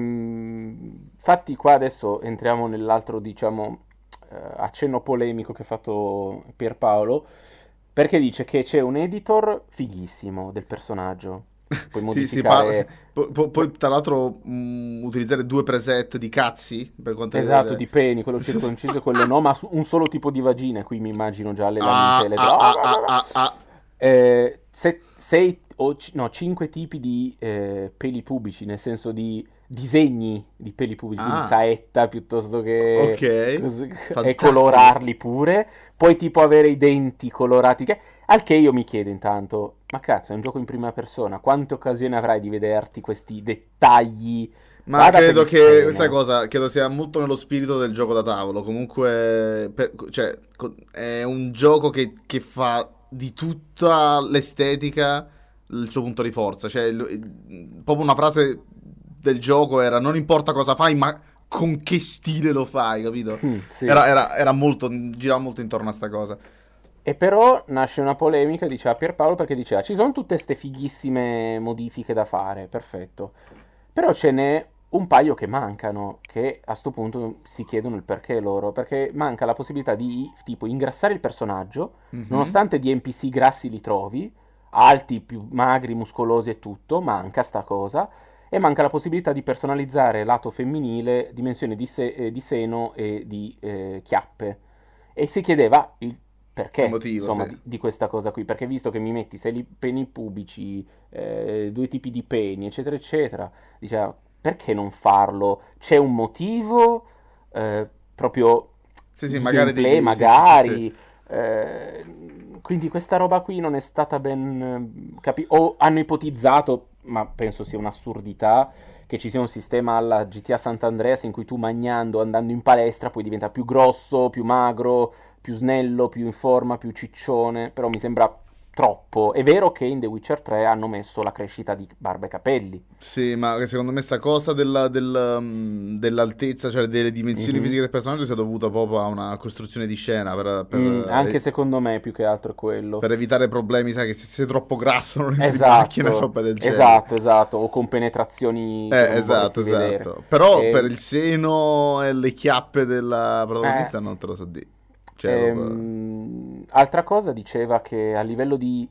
Ehm, infatti qua adesso entriamo nell'altro, diciamo, eh, accenno polemico che ha fatto Pierpaolo, perché dice che c'è un editor fighissimo del personaggio. Puoi Sì, si parla. modificare... po- po- Poi, tra l'altro, mh, utilizzare due preset di cazzi per quanto Esatto, riguarda. di peni, quello circonciso e quello no, ma su un solo tipo di vagina, qui mi immagino già le Ah, lamentele. ah, tra- ah, ah, ah, ah. Eh, se- sei o ci- no, cinque tipi di eh, peli pubici, nel senso di disegni di peli pubici, quindi Ah, saetta piuttosto che ok, cos- e fantastico. colorarli pure, poi tipo avere i denti colorati, che- al che io mi chiedo intanto, ma cazzo, è un gioco in prima persona, quante occasioni avrai di vederti questi dettagli? Ma Vada per credo il che, questa pene. cosa, credo sia molto nello spirito del gioco da tavolo. Comunque, per- cioè, co- è un gioco che, che fa di tutta l'estetica il suo punto di forza. Cioè, il- il- proprio una frase del gioco era: non importa cosa fai, ma con che stile lo fai, capito? Mm, sì. Era, era- era molto, girava molto intorno a sta cosa. E però nasce una polemica, diceva Pierpaolo, perché diceva ci sono tutte ste fighissime modifiche da fare, perfetto. Però ce n'è un paio che mancano, che a sto punto si chiedono il perché loro, perché manca la possibilità di tipo ingrassare il personaggio, Mhm. nonostante di N P C grassi li trovi, alti, più magri, muscolosi e tutto, manca sta cosa. E manca la possibilità di personalizzare lato femminile, dimensioni di, se- eh, di seno e di eh, chiappe. E si chiedeva il Il perché, motivo, insomma, sì. di, di questa cosa qui. Perché visto che mi metti sei li- peni pubici, eh, due tipi di peni, eccetera, eccetera, diceva, perché non farlo? C'è un motivo? Eh, proprio Sì, sì, di magari di... gameplay, di- sì, sì, sì, sì. magari. eh, quindi questa roba qui non è stata ben capita. O hanno ipotizzato, ma penso sia un'assurdità, che ci sia un sistema alla G T A Sant'Andreas in cui tu magnando, andando in palestra, poi diventa più grosso, più magro, più snello, più in forma, più ciccione. Però mi sembra troppo. È vero che in The Witcher tre hanno messo la crescita di barba e capelli. Sì, ma secondo me sta cosa della- del, um, dell'altezza, cioè delle dimensioni Mhm. fisiche del personaggio sia dovuta proprio a una costruzione di scena per, Mm, per, anche eh, secondo me più che altro è quello. per evitare problemi, sai che se sei troppo grasso non entri in macchina e Esatto, roba del genere. esatto, esatto. O con penetrazioni che Eh, non esatto, vorresti vedere. esatto. Però per E, il seno e le chiappe della eh, protagonista non te lo so dire. Cioè, proprio... ehm, altra cosa diceva che a livello di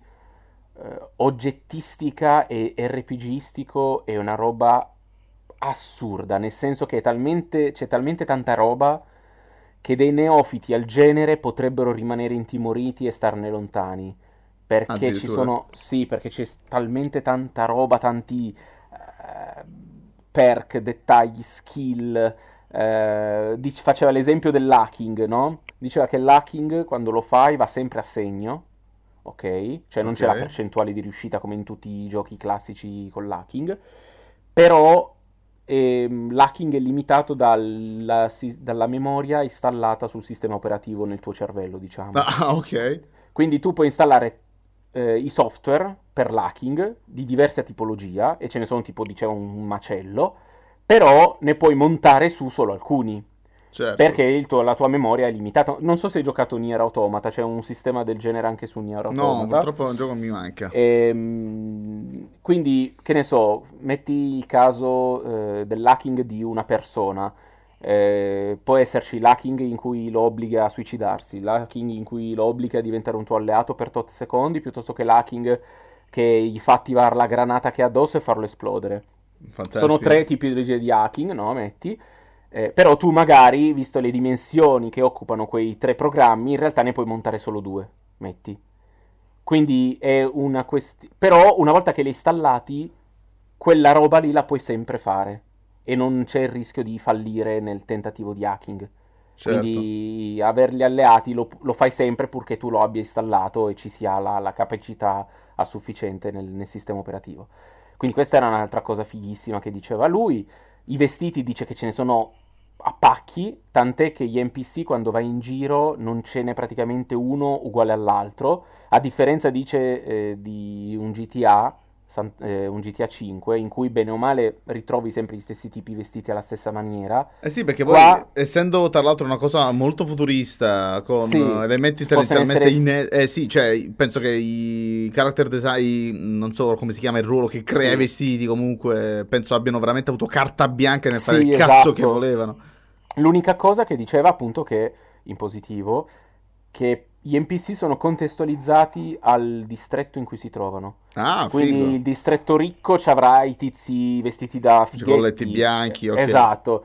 eh, oggettistica e RPGistico è una roba assurda, nel senso che è talmente, c'è talmente tanta roba che dei neofiti al genere potrebbero rimanere intimoriti e starne lontani. Perché ci Addirittura. sono, sì, perché c'è talmente tanta roba, tanti eh, perk, dettagli, skill. Eh, dic- faceva l'esempio dell'hacking, no? Diceva che l'hacking quando lo fai va sempre a segno, ok? Cioè non Ok. c'è la percentuale di riuscita come in tutti i giochi classici con l'hacking, però ehm, l'hacking è limitato dalla, si- dalla memoria installata sul sistema operativo nel tuo cervello, diciamo. Ah, ok. Quindi tu puoi installare eh, i software per l'hacking di diversa tipologia, e ce ne sono tipo, dicevo, un macello, però ne puoi montare su solo alcuni. certo. perché il tuo- la tua memoria è limitata. Non so se hai giocato Nier Automata, c'è un sistema del genere anche su Nier No, Automata. purtroppo è un gioco che mi manca. Ehm, quindi, che ne so, metti il caso eh, dell'hacking di una persona. Eh, può esserci l'hacking in cui lo obbliga a suicidarsi, l'hacking in cui lo obbliga a diventare un tuo alleato per tot secondi, piuttosto che l'hacking che gli fa attivare la granata che ha addosso e farlo esplodere. Sono tre Fantastico. tipologie di hacking, no? Metti. Eh, però tu magari, visto le dimensioni che occupano quei tre programmi, in realtà ne puoi montare solo due, metti. Quindi è una questione. Però una volta che li hai installati, quella roba lì la puoi sempre fare. E non c'è il rischio di fallire nel tentativo di hacking. Certo. Quindi averli alleati lo, lo fai sempre purché tu lo abbia installato e ci sia la, la capacità a sufficiente nel, nel sistema operativo. Quindi questa era un'altra cosa fighissima che diceva lui. I vestiti dice che ce ne sono a pacchi, tant'è che gli N P C quando vai in giro non ce n'è praticamente uno uguale all'altro, a differenza dice eh, di un G T A, San- eh, un G T A cinque, in cui bene o male ritrovi sempre gli stessi tipi vestiti alla stessa maniera. Eh sì, perché poi, Qua essendo tra l'altro una cosa molto futurista, con sì, eh, elementi si possono essere... tendenzialmente s- in... Eh sì, cioè, penso che i character design, non so come si chiama il ruolo che crea i Sì, vestiti, comunque, penso abbiano veramente avuto carta bianca nel fare il sì, cazzo che esatto. volevano. L'unica cosa che diceva appunto che, in positivo, che gli N P C sono contestualizzati al distretto in cui si trovano. Ah, Quindi figo. il distretto ricco ci avrà i tizi vestiti da Cioè, colletti fighetti, eh, bianchi, ok. esatto.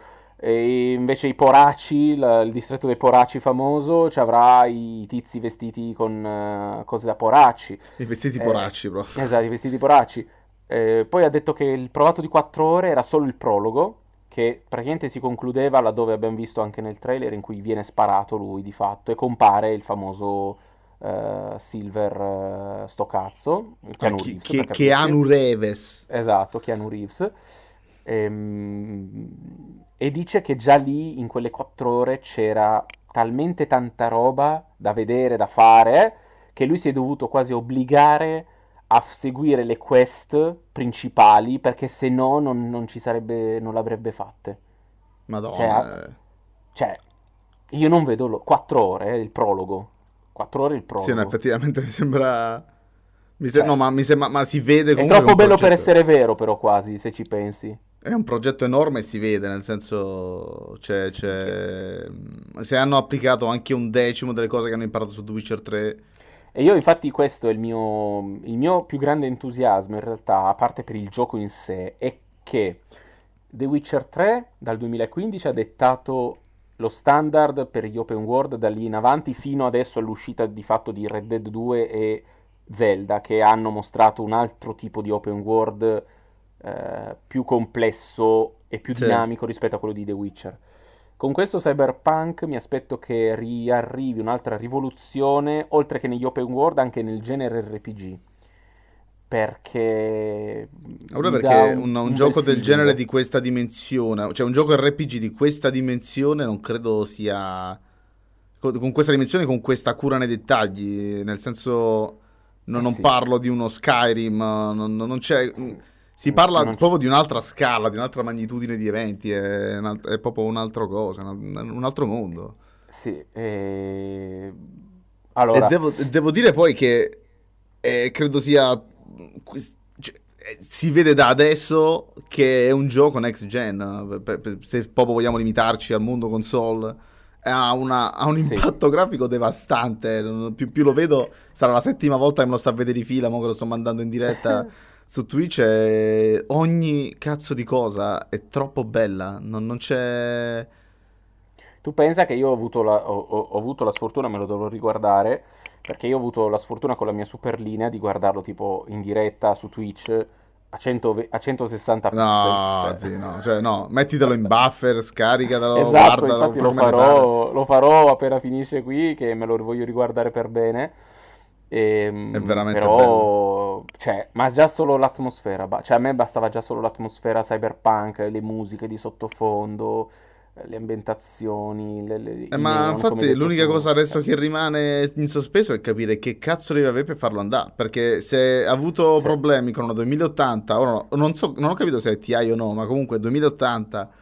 E invece i poracci, la- il distretto dei poracci famoso, ci avrà i tizi vestiti con eh, cose da poracci. I vestiti Eh, poracci, bro. esatto, i vestiti poracci. Eh, poi ha detto che il provato di quattro ore era solo il prologo, che praticamente si concludeva laddove abbiamo visto anche nel trailer in cui viene sparato lui di fatto e compare il famoso eh, Silver eh, sto cazzo, Ah, Keanu chi, Reeves per chi, capirci. Keanu Reeves. Esatto, Keanu Reeves. Ehm, E dice che già lì in quelle quattro ore c'era talmente tanta roba da vedere, da fare, che lui si è dovuto quasi obbligare a f- seguire le quest principali perché se no non, non ci sarebbe, non l'avrebbe fatte. Cioè, Madonna. a- eh. cioè, io non vedo lo... quattro ore, eh, il prologo. quattro ore il Sì, no, prologo. effettivamente mi sembra... Mi se- no, Cioè, ma, mi sembra... ma si vede è comunque che è troppo un bello per progetto... essere vero però quasi, se ci pensi. È un progetto enorme e si vede, nel senso... C'è, Sì, che... c'è... Se hanno applicato anche un decimo delle cose che hanno imparato su The Witcher tre... E io infatti questo è il mio, il mio più grande entusiasmo in realtà, a parte per il gioco in sé, è che The Witcher tre dal duemilaquindici ha dettato lo standard per gli open world da lì in avanti fino adesso all'uscita di fatto di Red Dead due e Zelda, che hanno mostrato un altro tipo di open world eh, più complesso e più Sì. dinamico rispetto a quello di The Witcher. Con questo Cyberpunk mi aspetto che riarrivi un'altra rivoluzione, oltre che negli open world, anche nel genere R P G, perché Allora mi dà perché un, un, un un bel gioco del genere feeling. di questa dimensione, cioè un gioco R P G di questa dimensione non credo sia... Con, con questa dimensione, con questa cura nei dettagli, nel senso... No- Eh non sì, parlo di uno Skyrim, non, non c'è... sì, Si parla non c- proprio di un'altra scala, di un'altra magnitudine di eventi, è, un alt- è proprio un'altra cosa, un, un altro mondo. sì, eh, E allora, devo, e devo dire poi che eh, credo sia... cioè, eh, si vede da adesso che è un gioco next gen, per- per- se proprio vogliamo limitarci al mondo console. Ha, una- s- ha un sì. impatto grafico devastante. non- Più, più lo vedo, sarà la settima volta che me lo sto a vedere di fila, mo che lo sto mandando in diretta su Twitch. E ogni cazzo di cosa è troppo bella. Non, non c'è. Tu pensa che io ho avuto la, ho, ho- ho avuto la sfortuna, me lo dovrò riguardare, perché io ho avuto la sfortuna con la mia super linea di guardarlo tipo in diretta su Twitch a, cento ve- a centosessanta pixel. No, Cioè... sì, no, cioè, no, mettitelo in buffer, scaricatelo, Esatto, guardalo, infatti fa lo come te pare. farò, lo farò appena finisce qui, che me lo voglio riguardare per bene. È Ehm, veramente bello. però, cioè, ma già solo l'atmosfera, ba- cioè a me bastava già solo l'atmosfera cyberpunk, le musiche di sottofondo, eh, le ambientazioni, le- le- Eh, i ma neon, come hai infatti detto l'unica tu. cosa Cioè, adesso che rimane in sospeso è capire che cazzo deve avere per farlo andare. Perché se ha avuto sì. problemi con una duemilaottanta, ora no- non so, non ho capito se è Ti o no, ma comunque duemilaottanta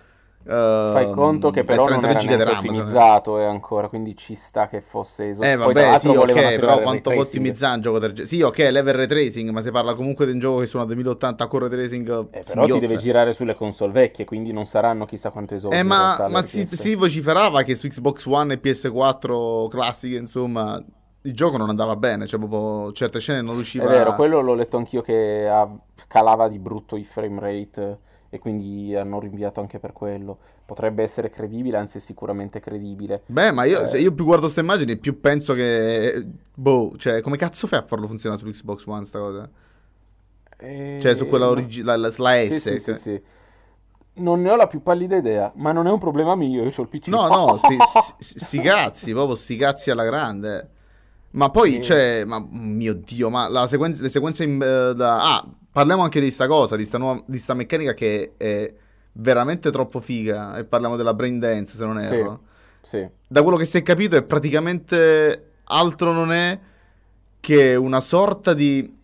Fai conto che Ehm, e però non trentatré era giga di neanche RAM. se ne- ottimizzato eh, ancora, quindi ci sta che fosse eso. Eh Poi tra vabbè, l'altro sì, volevano ok, però attivare il ray quanto può tracing. ottimizzare un gioco del genere? Sì, ok, l'Ever Ray Tracing, ma si parla comunque di un gioco che su una duemila ottanta con ray tracing Eh, però ti deve singhiozza. girare sulle console vecchie, quindi non saranno chissà quanto Eh, esose in ma, realtà le ma si, richieste. si vociferava che su Xbox One e P S quattro classiche, insomma, il gioco non andava bene, cioè proprio certe scene non È vero, riusciva... quello l'ho letto anch'io che ah, calava di brutto i frame rate eh, e quindi hanno rinviato anche per quello. Potrebbe essere credibile, anzi è sicuramente credibile. Beh, ma io, se Eh, io più guardo queste immagini, più penso che... Boh, cioè, come cazzo fai a farlo funzionare su Xbox One sta cosa? Cioè, su e quella no- originale, la, la Sì, sì, S. sì, che- sì. Non ne ho la più pallida idea, ma non è un problema mio, io ho il P C. No, no, sti, sti, sti cazzi, proprio sti cazzi alla grande. Ma poi, E- cioè, ma mio Dio, ma la sequenza, le sequenze in, eh, da... Ah, parliamo anche di sta cosa, di sta, nuova, di sta meccanica che è veramente troppo figa. E parliamo della brain dance, se non Sì, erro. sì. Da quello che si è capito è praticamente altro non è che una sorta di...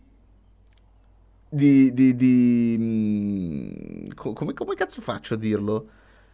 Di... di, di mm, co- come, come cazzo faccio a dirlo?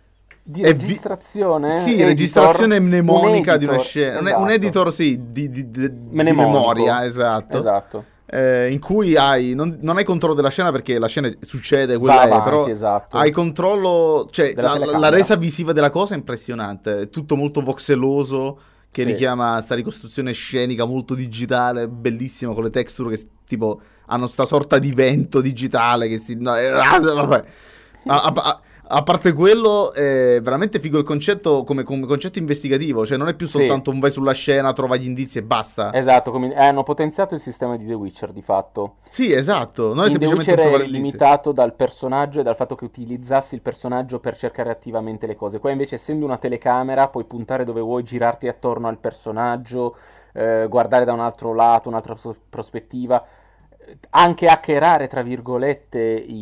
Di È vi- registrazione, sì, editor, registrazione un mnemonica di una editor, scena. Un, un esatto, editor, sì, di, di- di- di memoria, mnemonico, esatto. esatto. Eh, in cui hai, non, non hai controllo della scena perché la scena succede, Va quella è, avanti, però hai esatto, controllo, cioè della la, la- la telecamera. resa visiva della cosa è impressionante, è tutto molto voxeloso, che Sì, richiama sta ricostruzione scenica molto digitale, bellissimo, con le texture che tipo hanno sta sorta di vento digitale che si... no, eh, ah, vabbè. A, a- a- a parte quello, è veramente figo il concetto come, come concetto investigativo, cioè non è più sì, soltanto un vai sulla scena, trova gli indizi e basta. esatto, come- eh, hanno potenziato il sistema di The Witcher di fatto. Sì, esatto, non è In The semplicemente Witcher un trovare eri indizi. limitato dal personaggio e dal fatto che utilizzassi il personaggio per cercare attivamente le cose. Qua invece, essendo una telecamera, puoi puntare dove vuoi, girarti attorno al personaggio, eh, guardare da un altro lato, un'altra pros- prospettiva, eh, anche hackerare, tra virgolette,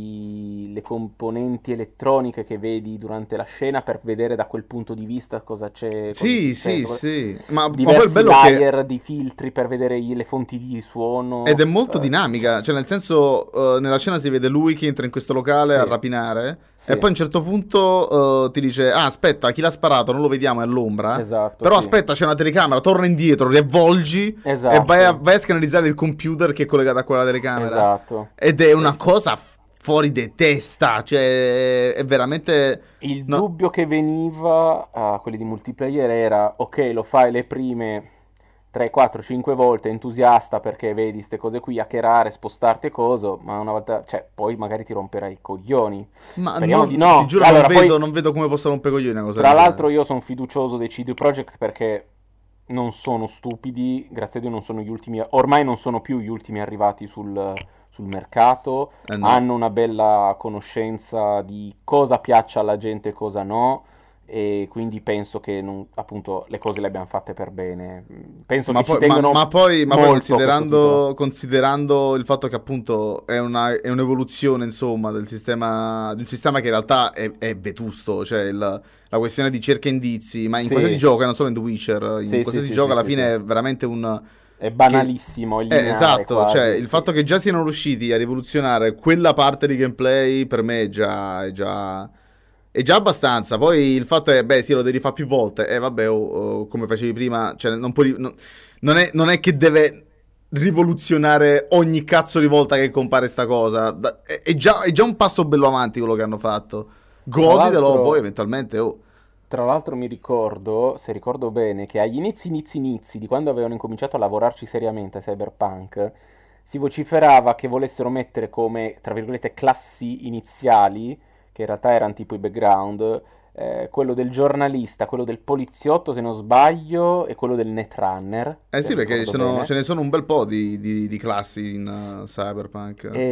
i- le componenti elettroniche che vedi durante la scena per vedere da quel punto di vista cosa c'è, cosa è Sì, sì, successo. sì, ma, ma poi il Diversi bello è che layer di filtri per vedere i- le fonti di ed suono. è molto eh, cioè, dinamica, cioè nel senso, eh, nella scena si vede lui che entra in questo locale a sì, rapinare e sì. poi a un certo punto eh, ti dice, ah aspetta, chi l'ha sparato non lo vediamo, è all'ombra, Esatto, però sì. aspetta c'è una telecamera, torna indietro, riavvolgi e vai a, Esatto, vai a scannerizzare il computer che è collegato a quella telecamera esatto. ed è E una cosa f- fuori di testa, cioè è veramente... il no, dubbio che veniva a quelli di multiplayer era, ok, lo fai le prime tre, quattro, cinque volte entusiasta perché vedi queste cose qui, hackerare, spostarti e coso, ma una volta, cioè, poi magari ti romperai i coglioni. ma Speriamo di non, ti no. giuro non Allora, poi, vedo, non vedo come possa rompere coglioni una cosa tra del l'altro, genere. io sono fiducioso dei C D Projekt perché non sono stupidi, grazie a Dio non sono gli ultimi, ormai non sono più gli ultimi arrivati sul, sul mercato, Eh no. hanno una bella conoscenza di cosa piaccia alla gente e cosa no, e quindi penso che non- appunto le cose le abbiamo fatte per bene. Penso Ma che ci poi, ma, tengono ma poi, ma poi molto a questo titolo. considerando, considerando il fatto che appunto è, una, è un'evoluzione insomma del sistema, di un sistema che in realtà è, è vetusto, cioè il- la questione di cerca indizi, ma in qualsiasi Sì, gioco, e non solo in The Witcher, in sì, sì, qualsiasi sì, gioco sì, alla sì, sì. fine è veramente un... È che... banalissimo, è eh, lineare esatto, cioè quasi, il sì. fatto che già siano riusciti a rivoluzionare quella parte di gameplay per me è già... È già... È già abbastanza, poi il fatto è, beh, sì, lo devi fare più volte, e vabbè, o- o come facevi prima, cioè, non puoi, non, non è, non è che deve rivoluzionare ogni cazzo di volta che compare sta cosa, Da- è, è già, è già un passo bello avanti quello che hanno fatto, Tra goditelo, poi l'altro, eventualmente, oh. Tra l'altro mi ricordo, se ricordo bene, che agli inizi, inizi, inizi di quando avevano incominciato a lavorarci seriamente a Cyberpunk, si vociferava che volessero mettere come, tra virgolette, classi iniziali, che in realtà erano tipo i background, eh, quello del giornalista, quello del poliziotto, se non sbaglio, e quello del netrunner, Eh se sì, perché ci ricordo sono- ce bene. ne sono un bel po' di, di- di classi in uh, Cyberpunk, eh,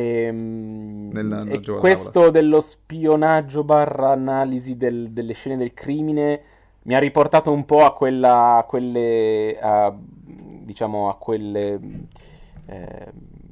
nel, E, nel e gioco da tavola. questo dello spionaggio barra analisi del- delle scene del crimine mi ha riportato un po' a quella, a quelle, a, diciamo, a quelle, eh,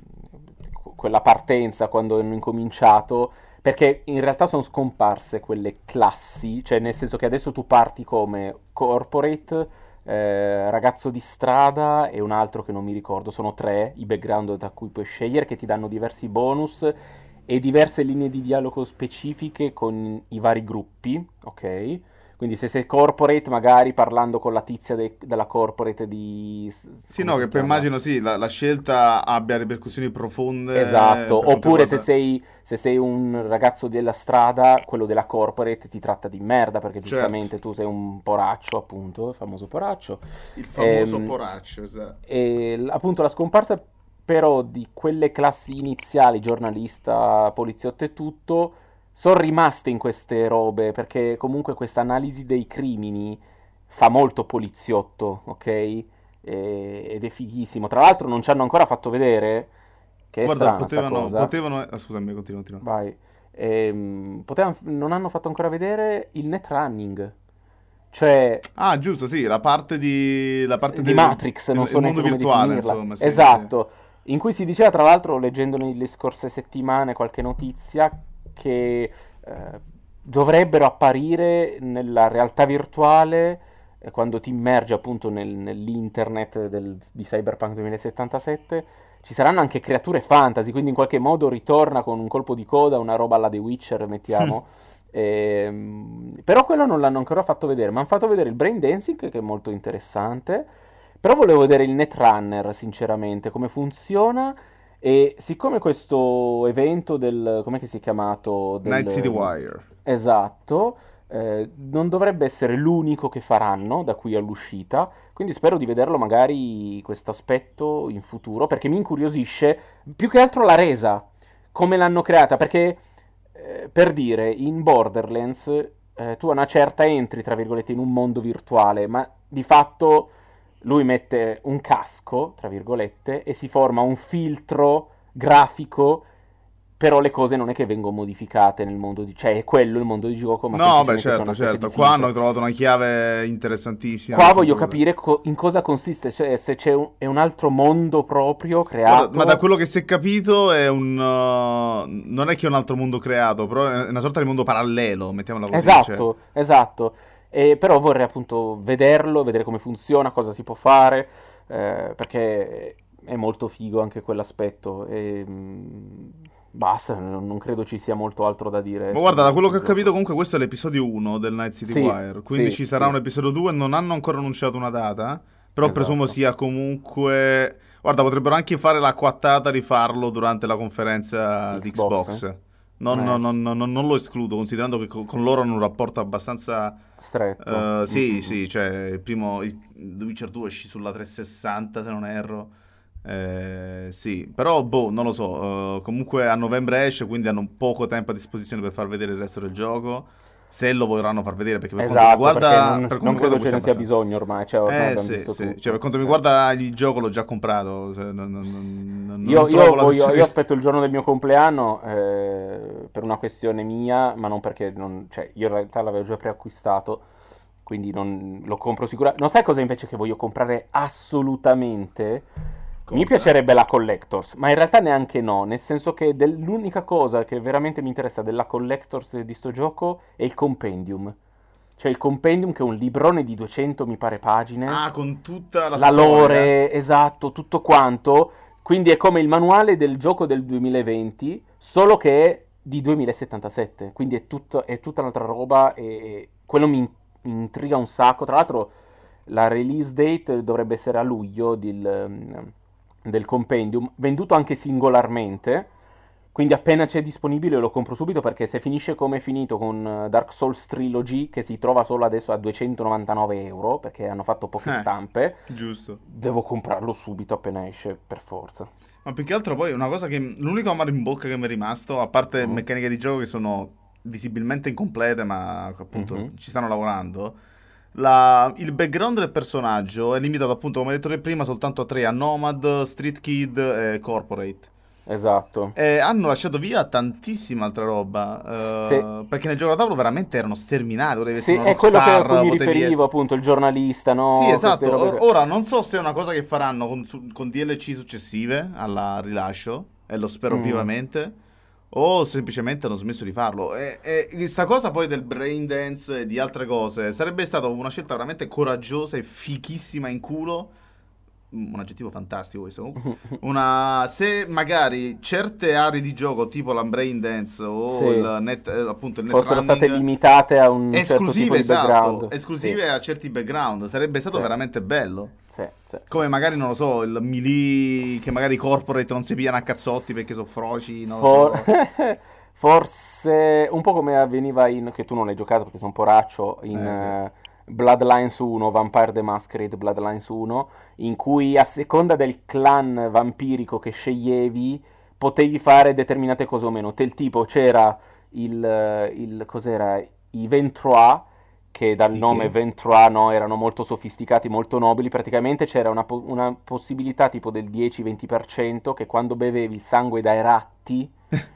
quella partenza quando hanno incominciato, perché in realtà sono scomparse quelle classi, cioè nel senso che adesso tu parti come corporate, eh, ragazzo di strada e un altro che non mi ricordo, sono tre i background da cui puoi scegliere che ti danno diversi bonus e diverse linee di dialogo specifiche con i vari gruppi, ok? Quindi se sei corporate, magari parlando con la tizia de- della corporate di... s- Sì, come no, si che poi chiama? immagino sì, la, la scelta abbia ripercussioni profonde Esatto, per quanto oppure se riguarda... sei, se sei un ragazzo della strada, quello della corporate ti tratta di merda perché Certo, giustamente tu sei un poraccio, appunto, il famoso poraccio. il famoso Ehm, poraccio, esatto. E, l- appunto la scomparsa però di quelle classi iniziali, giornalista, poliziotto e tutto, sono rimaste in queste robe perché comunque questa analisi dei crimini fa molto poliziotto, ok? E- ed è fighissimo. Tra l'altro non ci hanno ancora fatto vedere, che è Guarda, strana sta potevano, cosa. potevano... ah, scusami, continua, continua. Vai. Ehm, potevan- non hanno fatto ancora vedere il net running. Cioè, Ah, giusto, sì, la parte di... la parte di del Matrix, non il, so il mondo neanche come virtuale, definirla. insomma, sì, sì. Esatto, in cui si diceva, tra l'altro, leggendo nelle scorse settimane qualche notizia, che eh, dovrebbero apparire nella realtà virtuale, eh, quando ti immergi appunto nel- nell'internet del- di Cyberpunk duemilasettantasette, ci saranno anche creature fantasy, quindi in qualche modo ritorna con un colpo di coda, una roba alla The Witcher, mettiamo. Ehm, però quello non l'hanno ancora fatto vedere. Mi hanno fatto vedere il brain dancing, che è molto interessante. Però volevo vedere il Netrunner, sinceramente, come funziona. E siccome questo evento del... com'è che si è chiamato? Night City Del... Wire. Esatto. Eh, non dovrebbe essere l'unico che faranno da qui all'uscita. Quindi spero di vederlo magari questo aspetto in futuro. Perché mi incuriosisce più che altro la resa. Come l'hanno creata. Perché eh, per dire, in Borderlands eh, tu a una certa entri, tra virgolette, in un mondo virtuale, ma di fatto lui mette un casco, tra virgolette, e si forma un filtro grafico, però le cose non è che vengono modificate nel mondo di... cioè è quello il mondo di gioco, ma No, beh, semplicemente c'è certo, una specie di certo. Qua hanno filtro. trovato una chiave interessantissima Qua nel voglio senso che... capire co- in cosa consiste, cioè se c'è un, è un altro mondo proprio Guarda, ma da creato. quello che si è capito è un... uh, non è che è un altro mondo creato, però è una sorta di mondo parallelo, mettiamola così, cioè... Esatto, esatto. E però vorrei appunto vederlo, vedere come funziona, cosa si può fare, eh, perché è molto figo anche quell'aspetto. E, mm, basta, non non credo ci sia molto altro da dire Ma guarda, da sul, quello che sul ho capito, gioco. comunque questo è l'episodio uno del Night City Sì, Wire, quindi sì, ci sarà un sì, episodio due, non hanno ancora annunciato una data, però presumo esatto. sia comunque... Guarda, potrebbero anche fare la quattata di farlo durante la conferenza di Xbox? Xbox. Non, Eh, non- s- non- non- non lo escludo, considerando che co- con loro hanno un rapporto abbastanza... stretto. eh, Mm, sì, mm, mm. sì, cioè il primo... il- The Witcher due uscì sulla trecentosessanta, se non erro. Eh, sì, però boh, non lo so. eh, comunque a novembre esce, quindi hanno poco tempo a disposizione per far vedere il resto del gioco. Se lo S- vorranno far vedere, perché per quanto mi Esatto, perché riguarda, non, per quanto non mi riguarda credo ce questo è ne sia abbastanza. bisogno ormai, cioè ormai Eh abbiamo sì, visto sì, cioè per tutto. quanto mi Cioè. riguarda il gioco l'ho già comprato, cioè, non, non- non- non- non Io, trovo io la voglio- io versione... aspetto il giorno del mio compleanno eh, per una questione mia, ma non perché non, cioè, io in realtà l'avevo già preacquistato, quindi non lo compro sicuramente. Non sai cosa invece che voglio comprare assolutamente? Mi Cosa? piacerebbe la Collectors, ma in realtà neanche no, nel senso che del- l'unica cosa che veramente mi interessa della Collectors di sto gioco è il Compendium. Cioè il Compendium che è un librone di duecento, mi pare, pagine, Ah, con tutta la la storia. lore, esatto, tutto quanto. Quindi è come il manuale del gioco del duemilaventi, solo che è di duemilasettantasette. Quindi è, tutto- è tutta un'altra roba e quello mi in- intriga un sacco. Tra l'altro la release date dovrebbe essere a luglio del, um, del compendium, venduto anche singolarmente. Quindi appena c'è disponibile lo compro subito perché se finisce come è finito con eh, Dark Souls Trilogy, che si trova solo adesso a duecentonovantanove euro perché hanno fatto poche Eh, stampe, giusto. devo comprarlo subito appena esce, per forza. Ma più che altro poi una cosa che... L'unico amaro in bocca che mi è rimasto, a parte Mhm, meccaniche di gioco che sono visibilmente incomplete, ma che appunto mhm. ci stanno lavorando, la- il background del personaggio è limitato appunto, come detto prima, soltanto a tre, a Nomad, Street Kid e Corporate. Esatto. E hanno lasciato via tantissima altra roba, Se, eh, perché nel gioco da tavolo veramente erano sterminati, volevi essere se una è quello che- a cui rockstar, mi potevi riferivo, essere... appunto, il giornalista, Sì, no? Queste esatto. robe Or- che... ora non so se è una cosa che faranno con, su- con D L C successive al rilascio, e lo spero Mm. vivamente, o semplicemente hanno smesso di farlo. E, e questa cosa poi del brain dance e di altre cose sarebbe stata una scelta veramente coraggiosa e fichissima in culo, un aggettivo fantastico questo. Una, se magari certe aree di gioco tipo l'Unbrain Dance o Sì. il net, eh, appunto il Fossero netrunning, state limitate a un certo tipo esclusive, di background. esatto, esclusive Sì, a certi background, sarebbe stato sì, veramente bello. sì, sì, Come sì. magari, non lo so, il melee che magari corporate non si pigliano a cazzotti perché sono froci, non lo For- so. Forse un po' come avveniva in, che tu non l'hai giocato perché sei un poraccio, in Eh sì. eh, Bloodlines uno, Vampire the Masquerade Bloodlines uno, in cui a seconda del clan vampirico che sceglievi potevi fare determinate cose o meno. Del tipo c'era il, eh, il cos'era? I Ventrois, che dal I nome che? Ventrois, no, erano molto sofisticati, molto nobili. Praticamente c'era una, po- una possibilità tipo del dieci-venti per cento che quando bevevi il sangue dai ratti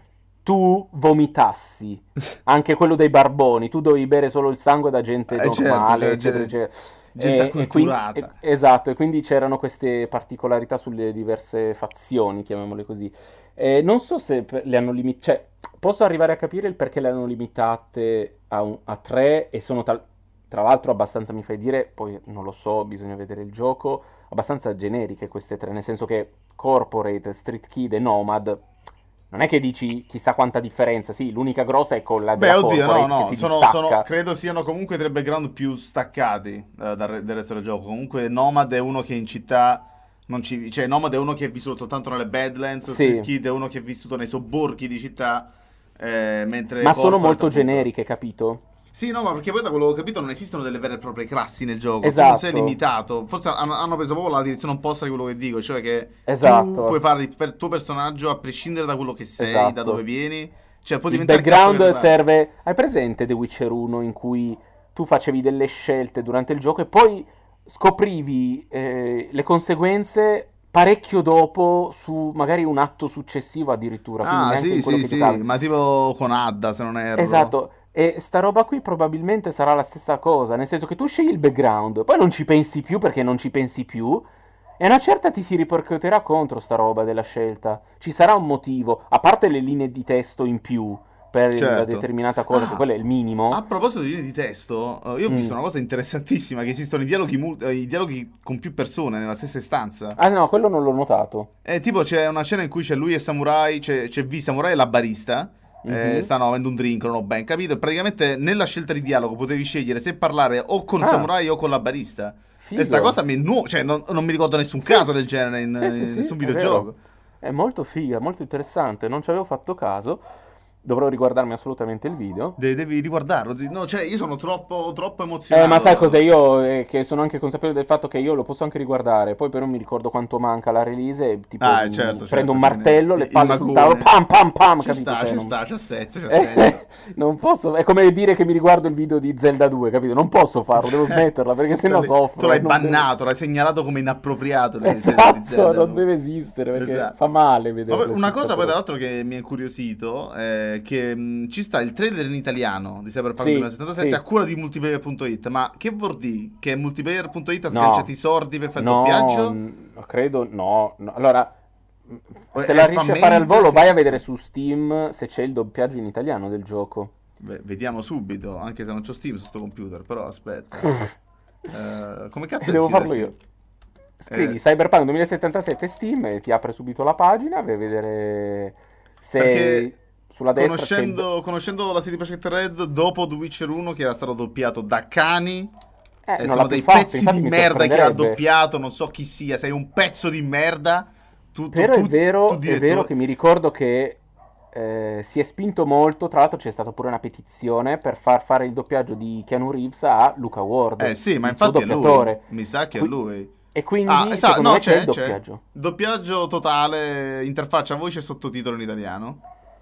tu vomitassi. Anche quello dei barboni, tu dovevi bere solo il sangue da gente Eh certo, normale, cioè, eccetera, ge- eccetera. gente E, e quin- e- acculturata. esatto, e quindi c'erano queste particolarità sulle diverse fazioni, chiamiamole così. E non so se per- le hanno limitate, cioè, posso arrivare a capire il perché le hanno limitate a, un- a tre e sono tal- tra l'altro abbastanza, mi fai dire, poi non lo so, bisogna vedere il gioco, abbastanza generiche queste tre, nel senso che Corporate, Street Kid e Nomad non è che dici chissà quanta differenza, sì, l'unica grossa è quella Beh, della oddio, no, Corporate che no, si sono, sono- distacca. credo siano comunque tre background più staccati eh, dal, re- del resto del gioco. Comunque Nomad è uno che in città non ci... Cioè, Nomad è uno che è vissuto soltanto nelle Badlands, Street Sì, Kid è uno che è vissuto nei sobborghi di città, eh, mentre ma sono Corporate molto appunto... generiche, capito? Sì, no, ma perché poi da quello che ho capito non esistono delle vere e proprie classi nel gioco. Tu non sei Esatto, limitato. Forse hanno, hanno preso proprio la direzione opposta di quello che dico, cioè che tu puoi esatto, fare il per tuo personaggio a prescindere da quello che sei, da dove esatto. vieni. Cioè, può Il diventare cazzo che background ti pare. serve... Hai presente The Witcher uno in cui tu facevi delle scelte durante il gioco e poi scoprivi eh, le conseguenze parecchio dopo su magari un atto successivo addirittura, quindi Ah, neanche in sì, quello sì, che sì, giocavi. ma tipo con Adda, se non erro. Esatto, e sta roba qui probabilmente sarà la stessa cosa, nel senso che tu scegli il background, poi non ci pensi più perché non ci pensi più, e a una certa ti si ripercuoterà contro sta roba della scelta. Ci sarà un motivo, a parte le linee di testo in più per la Certo. determinata cosa, che Ah, quello è il minimo. a proposito di linee di testo, eh, io ho visto Mm. una cosa interessantissima, che esistono i dialoghi, mul- eh, i dialoghi con più persone nella stessa stanza. Ah no, quello non l'ho notato. Eh, tipo c'è una scena in cui c'è lui e Samurai, c'è, c'è V Samurai e la barista, eh, Mhm. stanno avendo un drink, non ho ben capito, e praticamente nella scelta di dialogo potevi scegliere se parlare o con Ah, Samurai o con la barista. E sta figo. cosa mi è nuova, cioè non, non mi ricordo nessun Sì, caso del genere in, sì, sì, in sì, nessun è vero. videogioco. È molto figa, molto interessante, non ci avevo fatto caso. Dovrò riguardarmi assolutamente il video. De- devi riguardarlo, zi- no, cioè io sono troppo, troppo Eh, ma sai cosa? emozionato. Io eh, che sono anche consapevole del fatto che io lo posso anche riguardare, poi però mi ricordo quanto manca la release e tipo Ah, eh, mi, mi certo, prendo certo, un ti viene martello, le il, il palle sul tavolo, magone. pam pam pam, Ci capito? sta, Cioè, ci non, sta, c'ha senso, c'ha senso. eh, non posso, è come dire che mi riguardo il video di Zelda due, capito? Non posso farlo, devo smetterla perché sennò Tu soffro e l'hai non deve... bannato, l'hai segnalato come inappropriato le serie di Esatto, Zelda. non Tu. deve esistere perché Esatto. fa male Ma vedere poi le una cosa poi tra stizzature. l'altro che mi ha incuriosito è che mh, ci sta il trailer in italiano di Cyberpunk Sì, duemilasettantasette a sì. cura di multiplayer punto it, ma che vuol dire? Che multiplayer punto it ha sganciato i No, sordi per fare il no, doppiaggio? n- credo no, no. Allora, O se è la riesci a fare al fan-made? volo, Che vai a vedere cazzo? su Steam se c'è il doppiaggio in italiano del gioco. Beh, vediamo subito, anche se non c'ho Steam su sto computer, però aspetta. Eh, come E cazzo è il devo sito farlo Steam? io. Scrivi Eh, Cyberpunk duemilasettantasette Steam e ti apre subito la pagina, vai a vedere se perché sulla destra c'è il... do- conoscendo, conoscendo la City Projekt Red, dopo The Witcher uno che era stato doppiato da cani, Eh, e non sono l'ha più dei fatto, pezzi infatti di mi merda che ha sorprenderebbe. doppiato, non so chi sia, sei un pezzo di merda, tu, tu, Però è tu, tu vero, è vero direttore. che mi ricordo che eh, si è spinto molto, tra l'altro c'è stata pure una petizione per far fare il doppiaggio di Keanu Reeves a Luca Eh Ward, sì, ma il suo infatti è lui, doppiatore. mi sa che è Qui- lui. e Ah, quindi sa, secondo no, me c'è il c'è, c'è. doppiaggio. Doppiaggio totale, interfaccia voce e sottotitolo in italiano.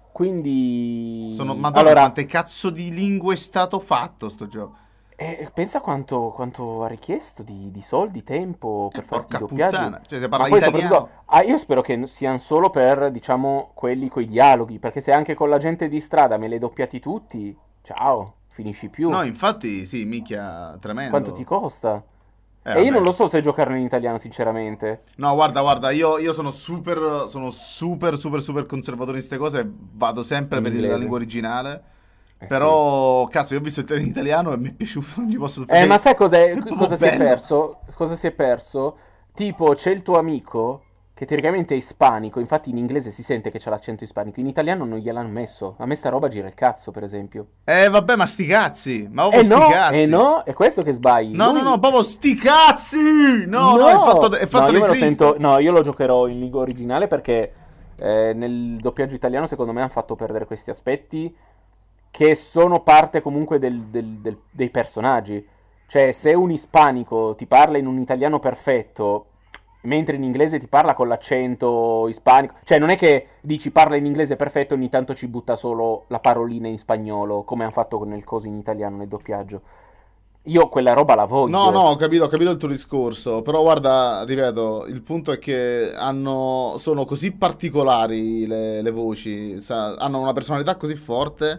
Sono, Quindi, Madonna, allora, quante cazzo di lingue è stato fatto sto gioco. eh, pensa quanto, quanto ha richiesto di, di soldi, tempo Eh, per fare sti porca doppiaggi. puttana, cioè se Ma parla poi soprattutto, italiano. ah, io spero che siano solo per, diciamo, quelli coi dialoghi, perché se anche con la gente di strada me li hai doppiati tutti, ciao, finisci più. No, infatti, sì, minchia, Quanto ti tremendo. costa? Eh, E io non vabbè. lo so se giocarlo in italiano, sinceramente. No, guarda, guarda, io, io sono super, sono super, super, super conservatore in queste cose. e Vado sempre In per la inglese. lingua originale. Eh sì. Però, cazzo, io ho visto il trailer in italiano e mi è piaciuto, non gli posso Eh, ma perché sai cos'è- è proprio cosa si è bello. perso? Cosa si è perso? tipo c'è il tuo amico che teoricamente è ispanico, infatti in inglese si sente che c'ha l'accento ispanico, in italiano non gliel'hanno messo. A me sta roba gira il cazzo, per esempio. Eh, vabbè, ma sti cazzi. Ma Eh proprio sti no, eh cazzi. no, è questo che sbagli. No, no, Lui... no, proprio sti cazzi! No, no, è fatto, è fatto no, di io me lo Cristo. sento, no, io lo giocherò in lingua originale perché eh, nel doppiaggio italiano secondo me hanno fatto perdere questi aspetti che sono parte comunque del- del- del- dei personaggi. Cioè, se un ispanico ti parla in un italiano perfetto, mentre in inglese ti parla con l'accento ispanico, cioè non è che dici parla in inglese perfetto e ogni tanto ci butta solo la parolina in spagnolo, come hanno fatto nel coso in italiano, nel doppiaggio. Io quella roba la No, no, voglio. ho capito, ho capito il tuo discorso, però guarda, ripeto, il punto è che hanno, sono così particolari le, le voci, sa- hanno una personalità così forte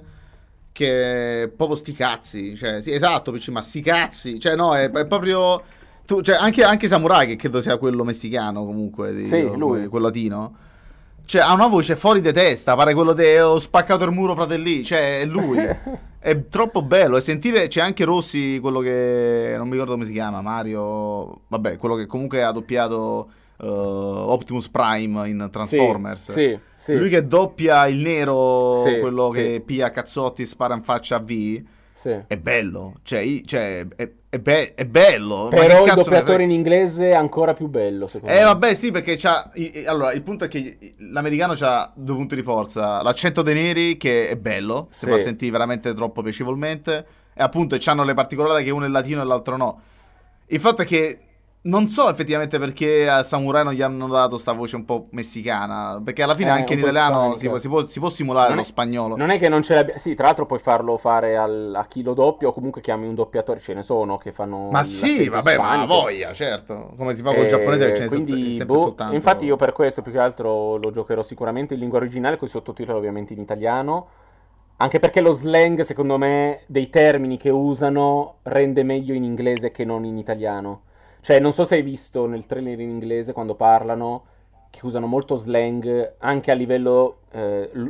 che proprio sti cazzi, cioè, sì, esatto, P C, ma sti cazzi, cioè no, è, è proprio, tu, cioè, anche, anche Samurai, che credo sia quello messicano comunque, di- Sì, come- lui. quello latino, cioè ha una voce fuori di testa, pare quello de ho spaccato il muro fratelli, cioè è lui. È troppo bello e sentire c'è anche Rossi, quello che non mi ricordo come si chiama, Mario, vabbè, quello che comunque ha doppiato eh, Optimus Prime in Sì, Transformers. sì, sì, Lui che doppia il nero, sì, quello sì, che pia cazzotti e spara in faccia a V, sì. è bello, cioè, i- cioè, è, è be- è bello, ma che Però il cazzo ne doppiatore frega? in inglese è ancora più bello, secondo Eh me. vabbè sì perché c'ha i- i- allora il punto è che i- l'americano c'ha due punti di forza, l'accento dei neri che è bello, si fa Sì. sentire veramente troppo piacevolmente e appunto c'hanno le particolarità che uno è latino e l'altro no. Il fatto è che non so effettivamente perché a Samurai non gli hanno dato sta voce un po' messicana, perché alla fine Eh, anche un in po' italiano si ispanica. può, si può- si può simulare Non lo è, spagnolo. non è che non ce l'abbia. Sì, tra l'altro puoi farlo fare al- a chi lo doppia o comunque chiami un doppiatore. Ce ne sono che fanno Ma sì, l'accento vabbè, ma ispanico. voglia, certo, come si fa col giapponese che ce E ne so- è quindi, sempre boh, infatti io soltanto. per questo più che altro lo giocherò sicuramente in lingua originale, con i sottotitoli ovviamente in italiano, anche perché lo slang, secondo me, dei termini che usano rende meglio in inglese che non in italiano. Cioè, non so se hai visto nel trailer in inglese quando parlano che usano molto slang anche a livello eh, l-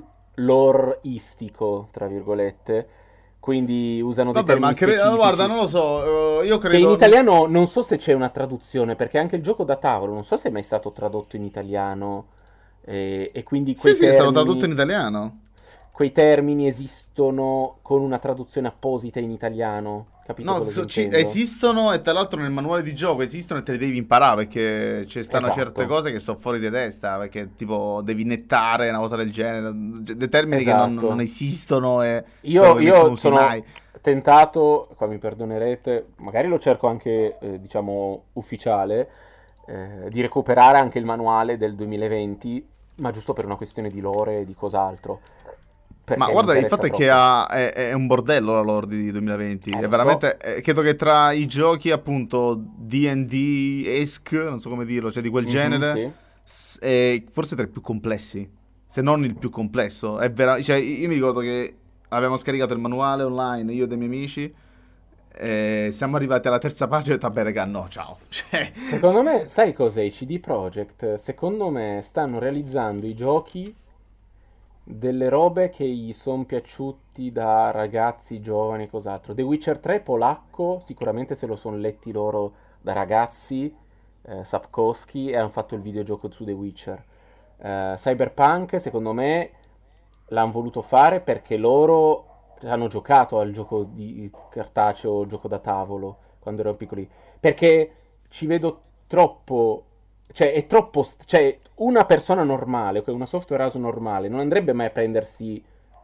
lore-istico, tra virgolette. Quindi usano dei Vabbè, ma termini cre- guarda, specifici. non lo so, eh, io Che in credo. italiano non so se c'è una traduzione, perché anche il gioco da tavolo non so se è mai stato tradotto in italiano. E, e quindi Sì, quei sì, è stato tradotto in termini, italiano. quei termini esistono con una traduzione apposita in italiano. Capito No, quello che so- ci- intendo? esistono e tra l'altro nel manuale di gioco esistono e te li devi imparare perché ci stanno certe Esatto, cose che sono fuori di testa, perché tipo devi nettare una cosa del genere, dei termini che non, non esatto. esistono e spero Io, che nessuno io usi sono mai. tentato, qua mi perdonerete, magari lo cerco anche, eh, diciamo, ufficiale, eh, di recuperare anche il manuale del duemilaventi, ma giusto per una questione di lore e di cos'altro, Ma perché mi guarda, il interessa fatto è che troppo. ha- è, è un bordello la lore di duemilaventi. Eh, È lo so. veramente. eh, credo che tra i giochi, appunto, D and D-esque, non so come dirlo, cioè di quel Mhm, genere, sì. s- è forse tra i più complessi. Se non il più complesso. È vera- cioè, io mi ricordo che avevamo scaricato il manuale online, io e dei miei amici. E siamo arrivati alla terza pagina e ho detto, vabbè, raga, no, ciao. Cioè, Secondo me, sai cos'è i C D Projekt? Secondo me stanno realizzando i giochi delle robe che gli sono piaciuti da ragazzi giovani e cos'altro. The Witcher tre polacco, sicuramente se lo sono letti loro da ragazzi, eh, Sapkowski, e hanno fatto il videogioco su The Witcher. Eh, Cyberpunk, secondo me, l'hanno voluto fare perché loro hanno giocato al gioco di cartaceo, il gioco da tavolo, quando erano piccoli. Perché ci vedo troppo, cioè è troppo, st- cioè una persona normale, ok, una software house normale, non andrebbe mai a prendersi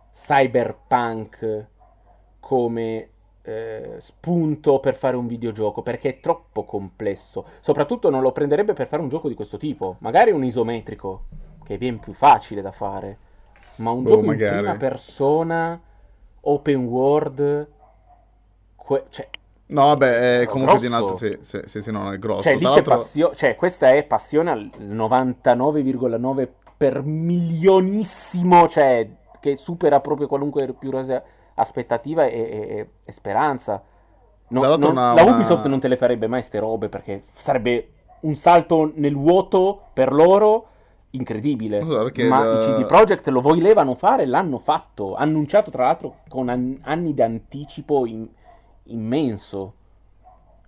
Cyberpunk come eh, spunto per fare un videogioco, perché è troppo complesso. Soprattutto non lo prenderebbe per fare un gioco di questo tipo, magari un isometrico, che viene più facile da fare, ma un boh, gioco in prima magari. persona, open world, que- cioè, No, vabbè, è è comunque di un altro. grosso. Sì, sì, sì, sì, no, è Cioè, grosso. lì Tra c'è l'altro. passione, cioè, questa è passione al novantanove virgola nove per milionissimo, cioè, che supera proprio qualunque più rosea aspettativa e, e- e speranza. Tra No- l'altro non- una, la Ubisoft non una- te le farebbe mai ste robe perché sarebbe un salto nel vuoto per loro incredibile. non so perché Ma i C D eh, Projekt lo volevano fare, l'hanno fatto. Annunciato tra l'altro con an- anni d'anticipo in- immenso.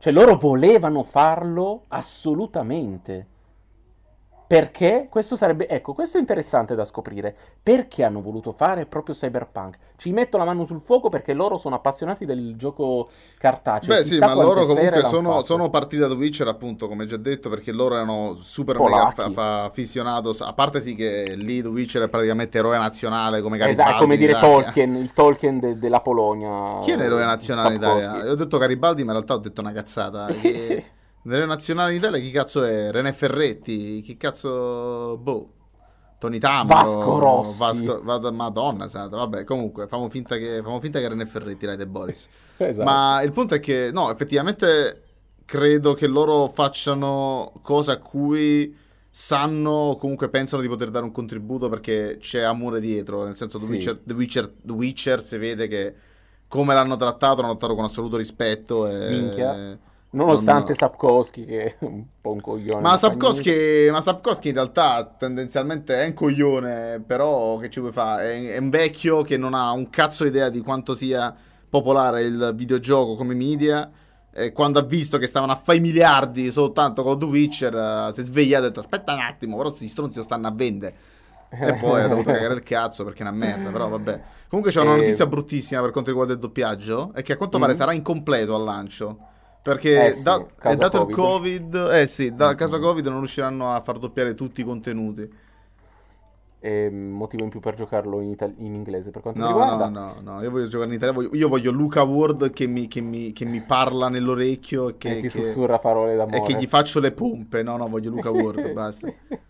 Cioè loro volevano farlo assolutamente. Perché? Questo sarebbe, ecco, questo è interessante da scoprire. Perché hanno voluto fare proprio Cyberpunk? Ci metto la mano sul fuoco perché loro sono appassionati del gioco cartaceo. Beh, sì, Chissà ma quante loro sere comunque l'hanno sono, fatto. sono partiti da The Witcher, appunto, come già detto, perché loro erano super mega fa- Polacchi. fa- aficionados. A parte sì che lì The Witcher è praticamente eroe nazionale come Esatto, è Garibaldi come in dire Italia. Tolkien, il Tolkien de- della Polonia, Chi è l'eroe eh, nazionale in Italia? Sapkowski. Io ho detto Garibaldi, ma in realtà ho detto una cazzata. Che... L'eroe nazionale in Italia chi cazzo è? René Ferretti? Chi cazzo... Boh. Tony Vasco Tammaro, Rossi. Vasco, vada- Madonna santa, vabbè, comunque, famo finta che, famo finta che René Ferretti, Rai De Boris. Esatto. Ma il punto è che, no, effettivamente credo che loro facciano cose a cui sanno, o comunque pensano di poter dare un contributo perché c'è amore dietro, nel senso The Sì, Witcher, The Witcher, The Witcher si vede che come l'hanno trattato, l'hanno trattato con assoluto rispetto minchia. e Nonostante non... Sapkowski, che è un po' un coglione, Ma non fa niente. Sapkowski, ma Sapkowski in realtà tendenzialmente è un coglione, però che ci vuoi fare? È, è un vecchio che non ha un cazzo idea di quanto sia popolare il videogioco come media. E quando ha visto che stavano a fare i miliardi soltanto con The Witcher, eh, si è svegliato e ha detto aspetta un attimo, però questi stronzi lo stanno a vendere. E poi ha dovuto cagare il cazzo perché è una merda, però vabbè. Comunque c'è una E- notizia bruttissima per quanto riguarda il doppiaggio, è che a quanto pare mm? sarà incompleto al lancio. Eh Perché sì, da- è causa dato il Covid. Covid, eh sì, Mm, da caso mm. Covid non riusciranno a far doppiare tutti i contenuti. E motivo in più per giocarlo in, ital- in inglese per quanto mi No, no, riguarda. no, no, io voglio giocare in Italia, voglio- io voglio Luca Ward che mi, che mi- che mi parla nell'orecchio e E che, ti che- sussurra parole e che gli d'amore. faccio le pompe. No, no, voglio Luca Ward, basta.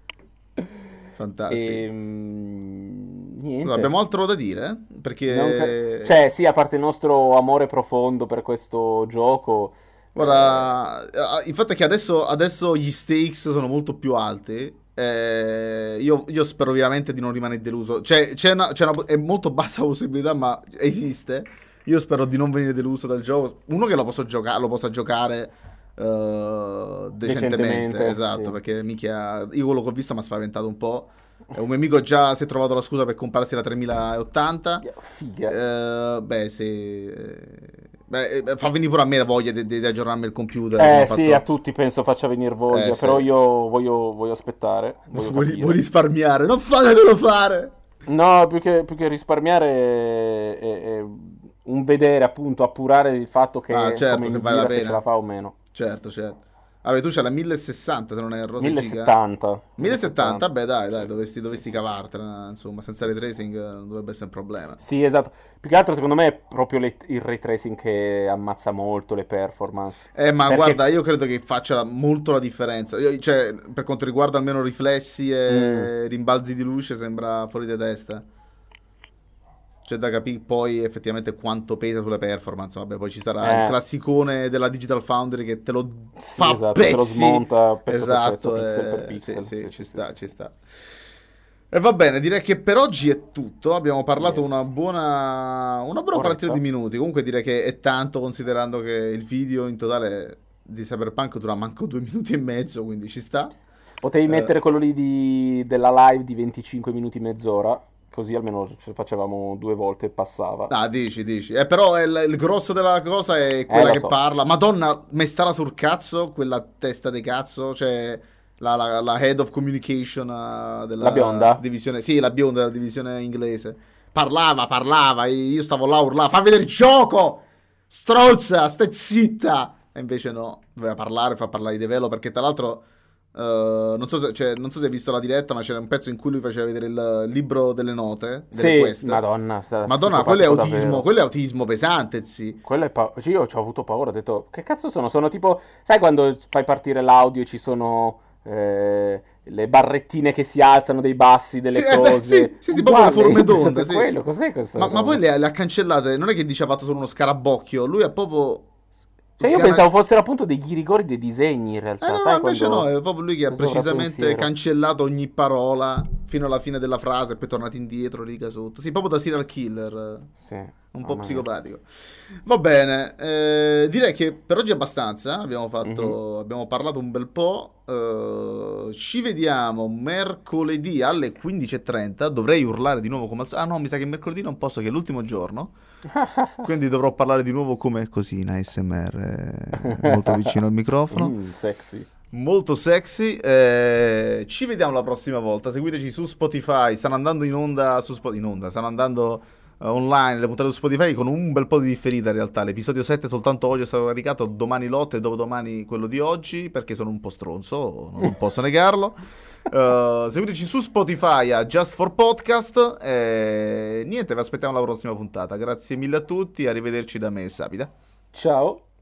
E Fantastico. mm, Allora, niente. abbiamo altro da dire? Non ca- Perché... Cioè, sì, a parte il nostro amore profondo per questo gioco, eh, Guarda, eh, il fatto è che adesso, adesso gli stakes sono molto più alti. Eh, io, io spero ovviamente di non rimanere deluso. Cioè, c'è una, c'è una- è molto bassa la possibilità, ma esiste. Io spero di non venire deluso dal gioco. Uno che lo posso giocare, lo possa giocare eh, decentemente, decentemente, esatto. sì. Perché mica, io quello che ho visto mi ha spaventato un po'. E un mio amico già si è trovato la scusa per comprarsi la tremila ottanta. Figa. Eh, beh, sì. eh, Beh, eh, fa venire pure a me la voglia di, di- di aggiornarmi il computer. Come Eh ha sì, a fatto. tutti penso faccia venire Eh, voglia, però sì. io voglio, voglio aspettare, voglio Vuoi, vuoi capire. risparmiare? Non fatemelo fare! No, più che, più che risparmiare è, è- è un vedere, appunto, appurare il fatto Ah, che come certo, se mi vale la gira, se ce la pena. fa o meno. Certo, certo. Vabbè, tu c'hai la mille sessanta se non erro, sei giga. millesettanta. mille settanta, millesettanta. beh, dai, Sì, dai, dovresti, sì, dovresti sì, sì, sì. cavartela, insomma, senza ray Sì, sì. tracing eh, non dovrebbe essere un problema. Sì, esatto. Più che altro, secondo me, è proprio le- il ray tracing che ammazza molto le performance. Eh, ma Perché... guarda, io credo che faccia la- molto la differenza. Io- cioè, per quanto riguarda almeno riflessi mm, e rimbalzi di luce, sembra fuori di testa. C'è da capire poi effettivamente quanto pesa sulle performance. Vabbè, poi ci sarà il eh, classicone della Digital Foundry che te lo sì, fa a esatto, te lo pezzi. smonta pezzo per pezzo, Esatto, pixel per eh, sì, pixel. sì, Sì, ci sì, sì, sta, sì, ci sì. sta. E va bene, direi che per oggi è tutto. Abbiamo parlato una Yes. buona, una buona quarantina di Oretta. minuti. Comunque direi che è tanto considerando che il video in totale di Cyberpunk dura manco due minuti e mezzo, quindi ci sta. Potevi Eh, mettere quello lì di- della live di venticinque minuti, mezz'ora, così almeno ce lo facevamo due volte e passava. Ah, dici, dici. Eh, però è il, il grosso della cosa è Eh, quella lo che so. parla. Madonna, me stava sul cazzo, quella testa di cazzo. Cioè, la, la- la head of communication eh, La della bionda? divisione. Sì, la bionda della divisione inglese. Parlava, parlava. e Io stavo là a urlare. Fa vedere il gioco! Strozza, stai zitta! E invece no, doveva parlare, fa parlare di develop. Perché tra l'altro. eh, non so se, cioè, non so se hai visto la diretta, ma c'era un pezzo in cui lui faceva vedere il libro delle note, delle Sì, quest. madonna, è stato Madonna, quello è psicopatico autismo, davvero. quello è autismo pesante, sì. Quello è pa- cioè, io ci ho avuto paura, ho detto, che cazzo sono? Sono tipo, sai quando fai partire l'audio e ci sono eh, le barrettine che si alzano dei bassi, Sì, delle eh, beh, sì, cose? sì, sì, proprio le Uguale, io forme ho pensato d'onda, a sì. quello, cos'è Ma, questa ma poi roba? le, le ha cancellate, non è che dice ha fatto solo uno scarabocchio, lui ha proprio... Cioè io scana- pensavo fossero appunto dei ghirigori dei disegni in Eh realtà, no, no, sai invece no, quando è proprio lui che ha sei precisamente sovrappensiero. cancellato ogni parola fino alla fine della frase e poi è tornato indietro, riga sotto. Sì, proprio da serial killer. Sì. un po' Mamma mia. psicopatico. Va bene, eh, direi che per oggi è abbastanza. Abbiamo Mhm. fatto, abbiamo parlato un bel po'. Eh, ci vediamo mercoledì alle quindici e trenta. Dovrei urlare di nuovo come al solito. Ah no, mi sa che mercoledì non posso, che è l'ultimo giorno. Quindi dovrò parlare di nuovo come così in A S M R, eh, molto vicino al microfono. Mm, sexy. Molto sexy. Eh, ci vediamo la prossima volta. Seguiteci su Spotify. Stanno andando in onda su Spo- in onda, stanno andando eh, online le puntate su Spotify con un bel po' di differita in realtà. L'episodio sette soltanto oggi è stato caricato, domani l'otto e dopodomani quello di oggi perché sono un po' stronzo, non posso negarlo. Eh, seguiteci su Spotify a Just for Podcast. E niente, vi aspettiamo alla prossima puntata. Grazie mille a tutti. Arrivederci da me e Sapida. Ciao.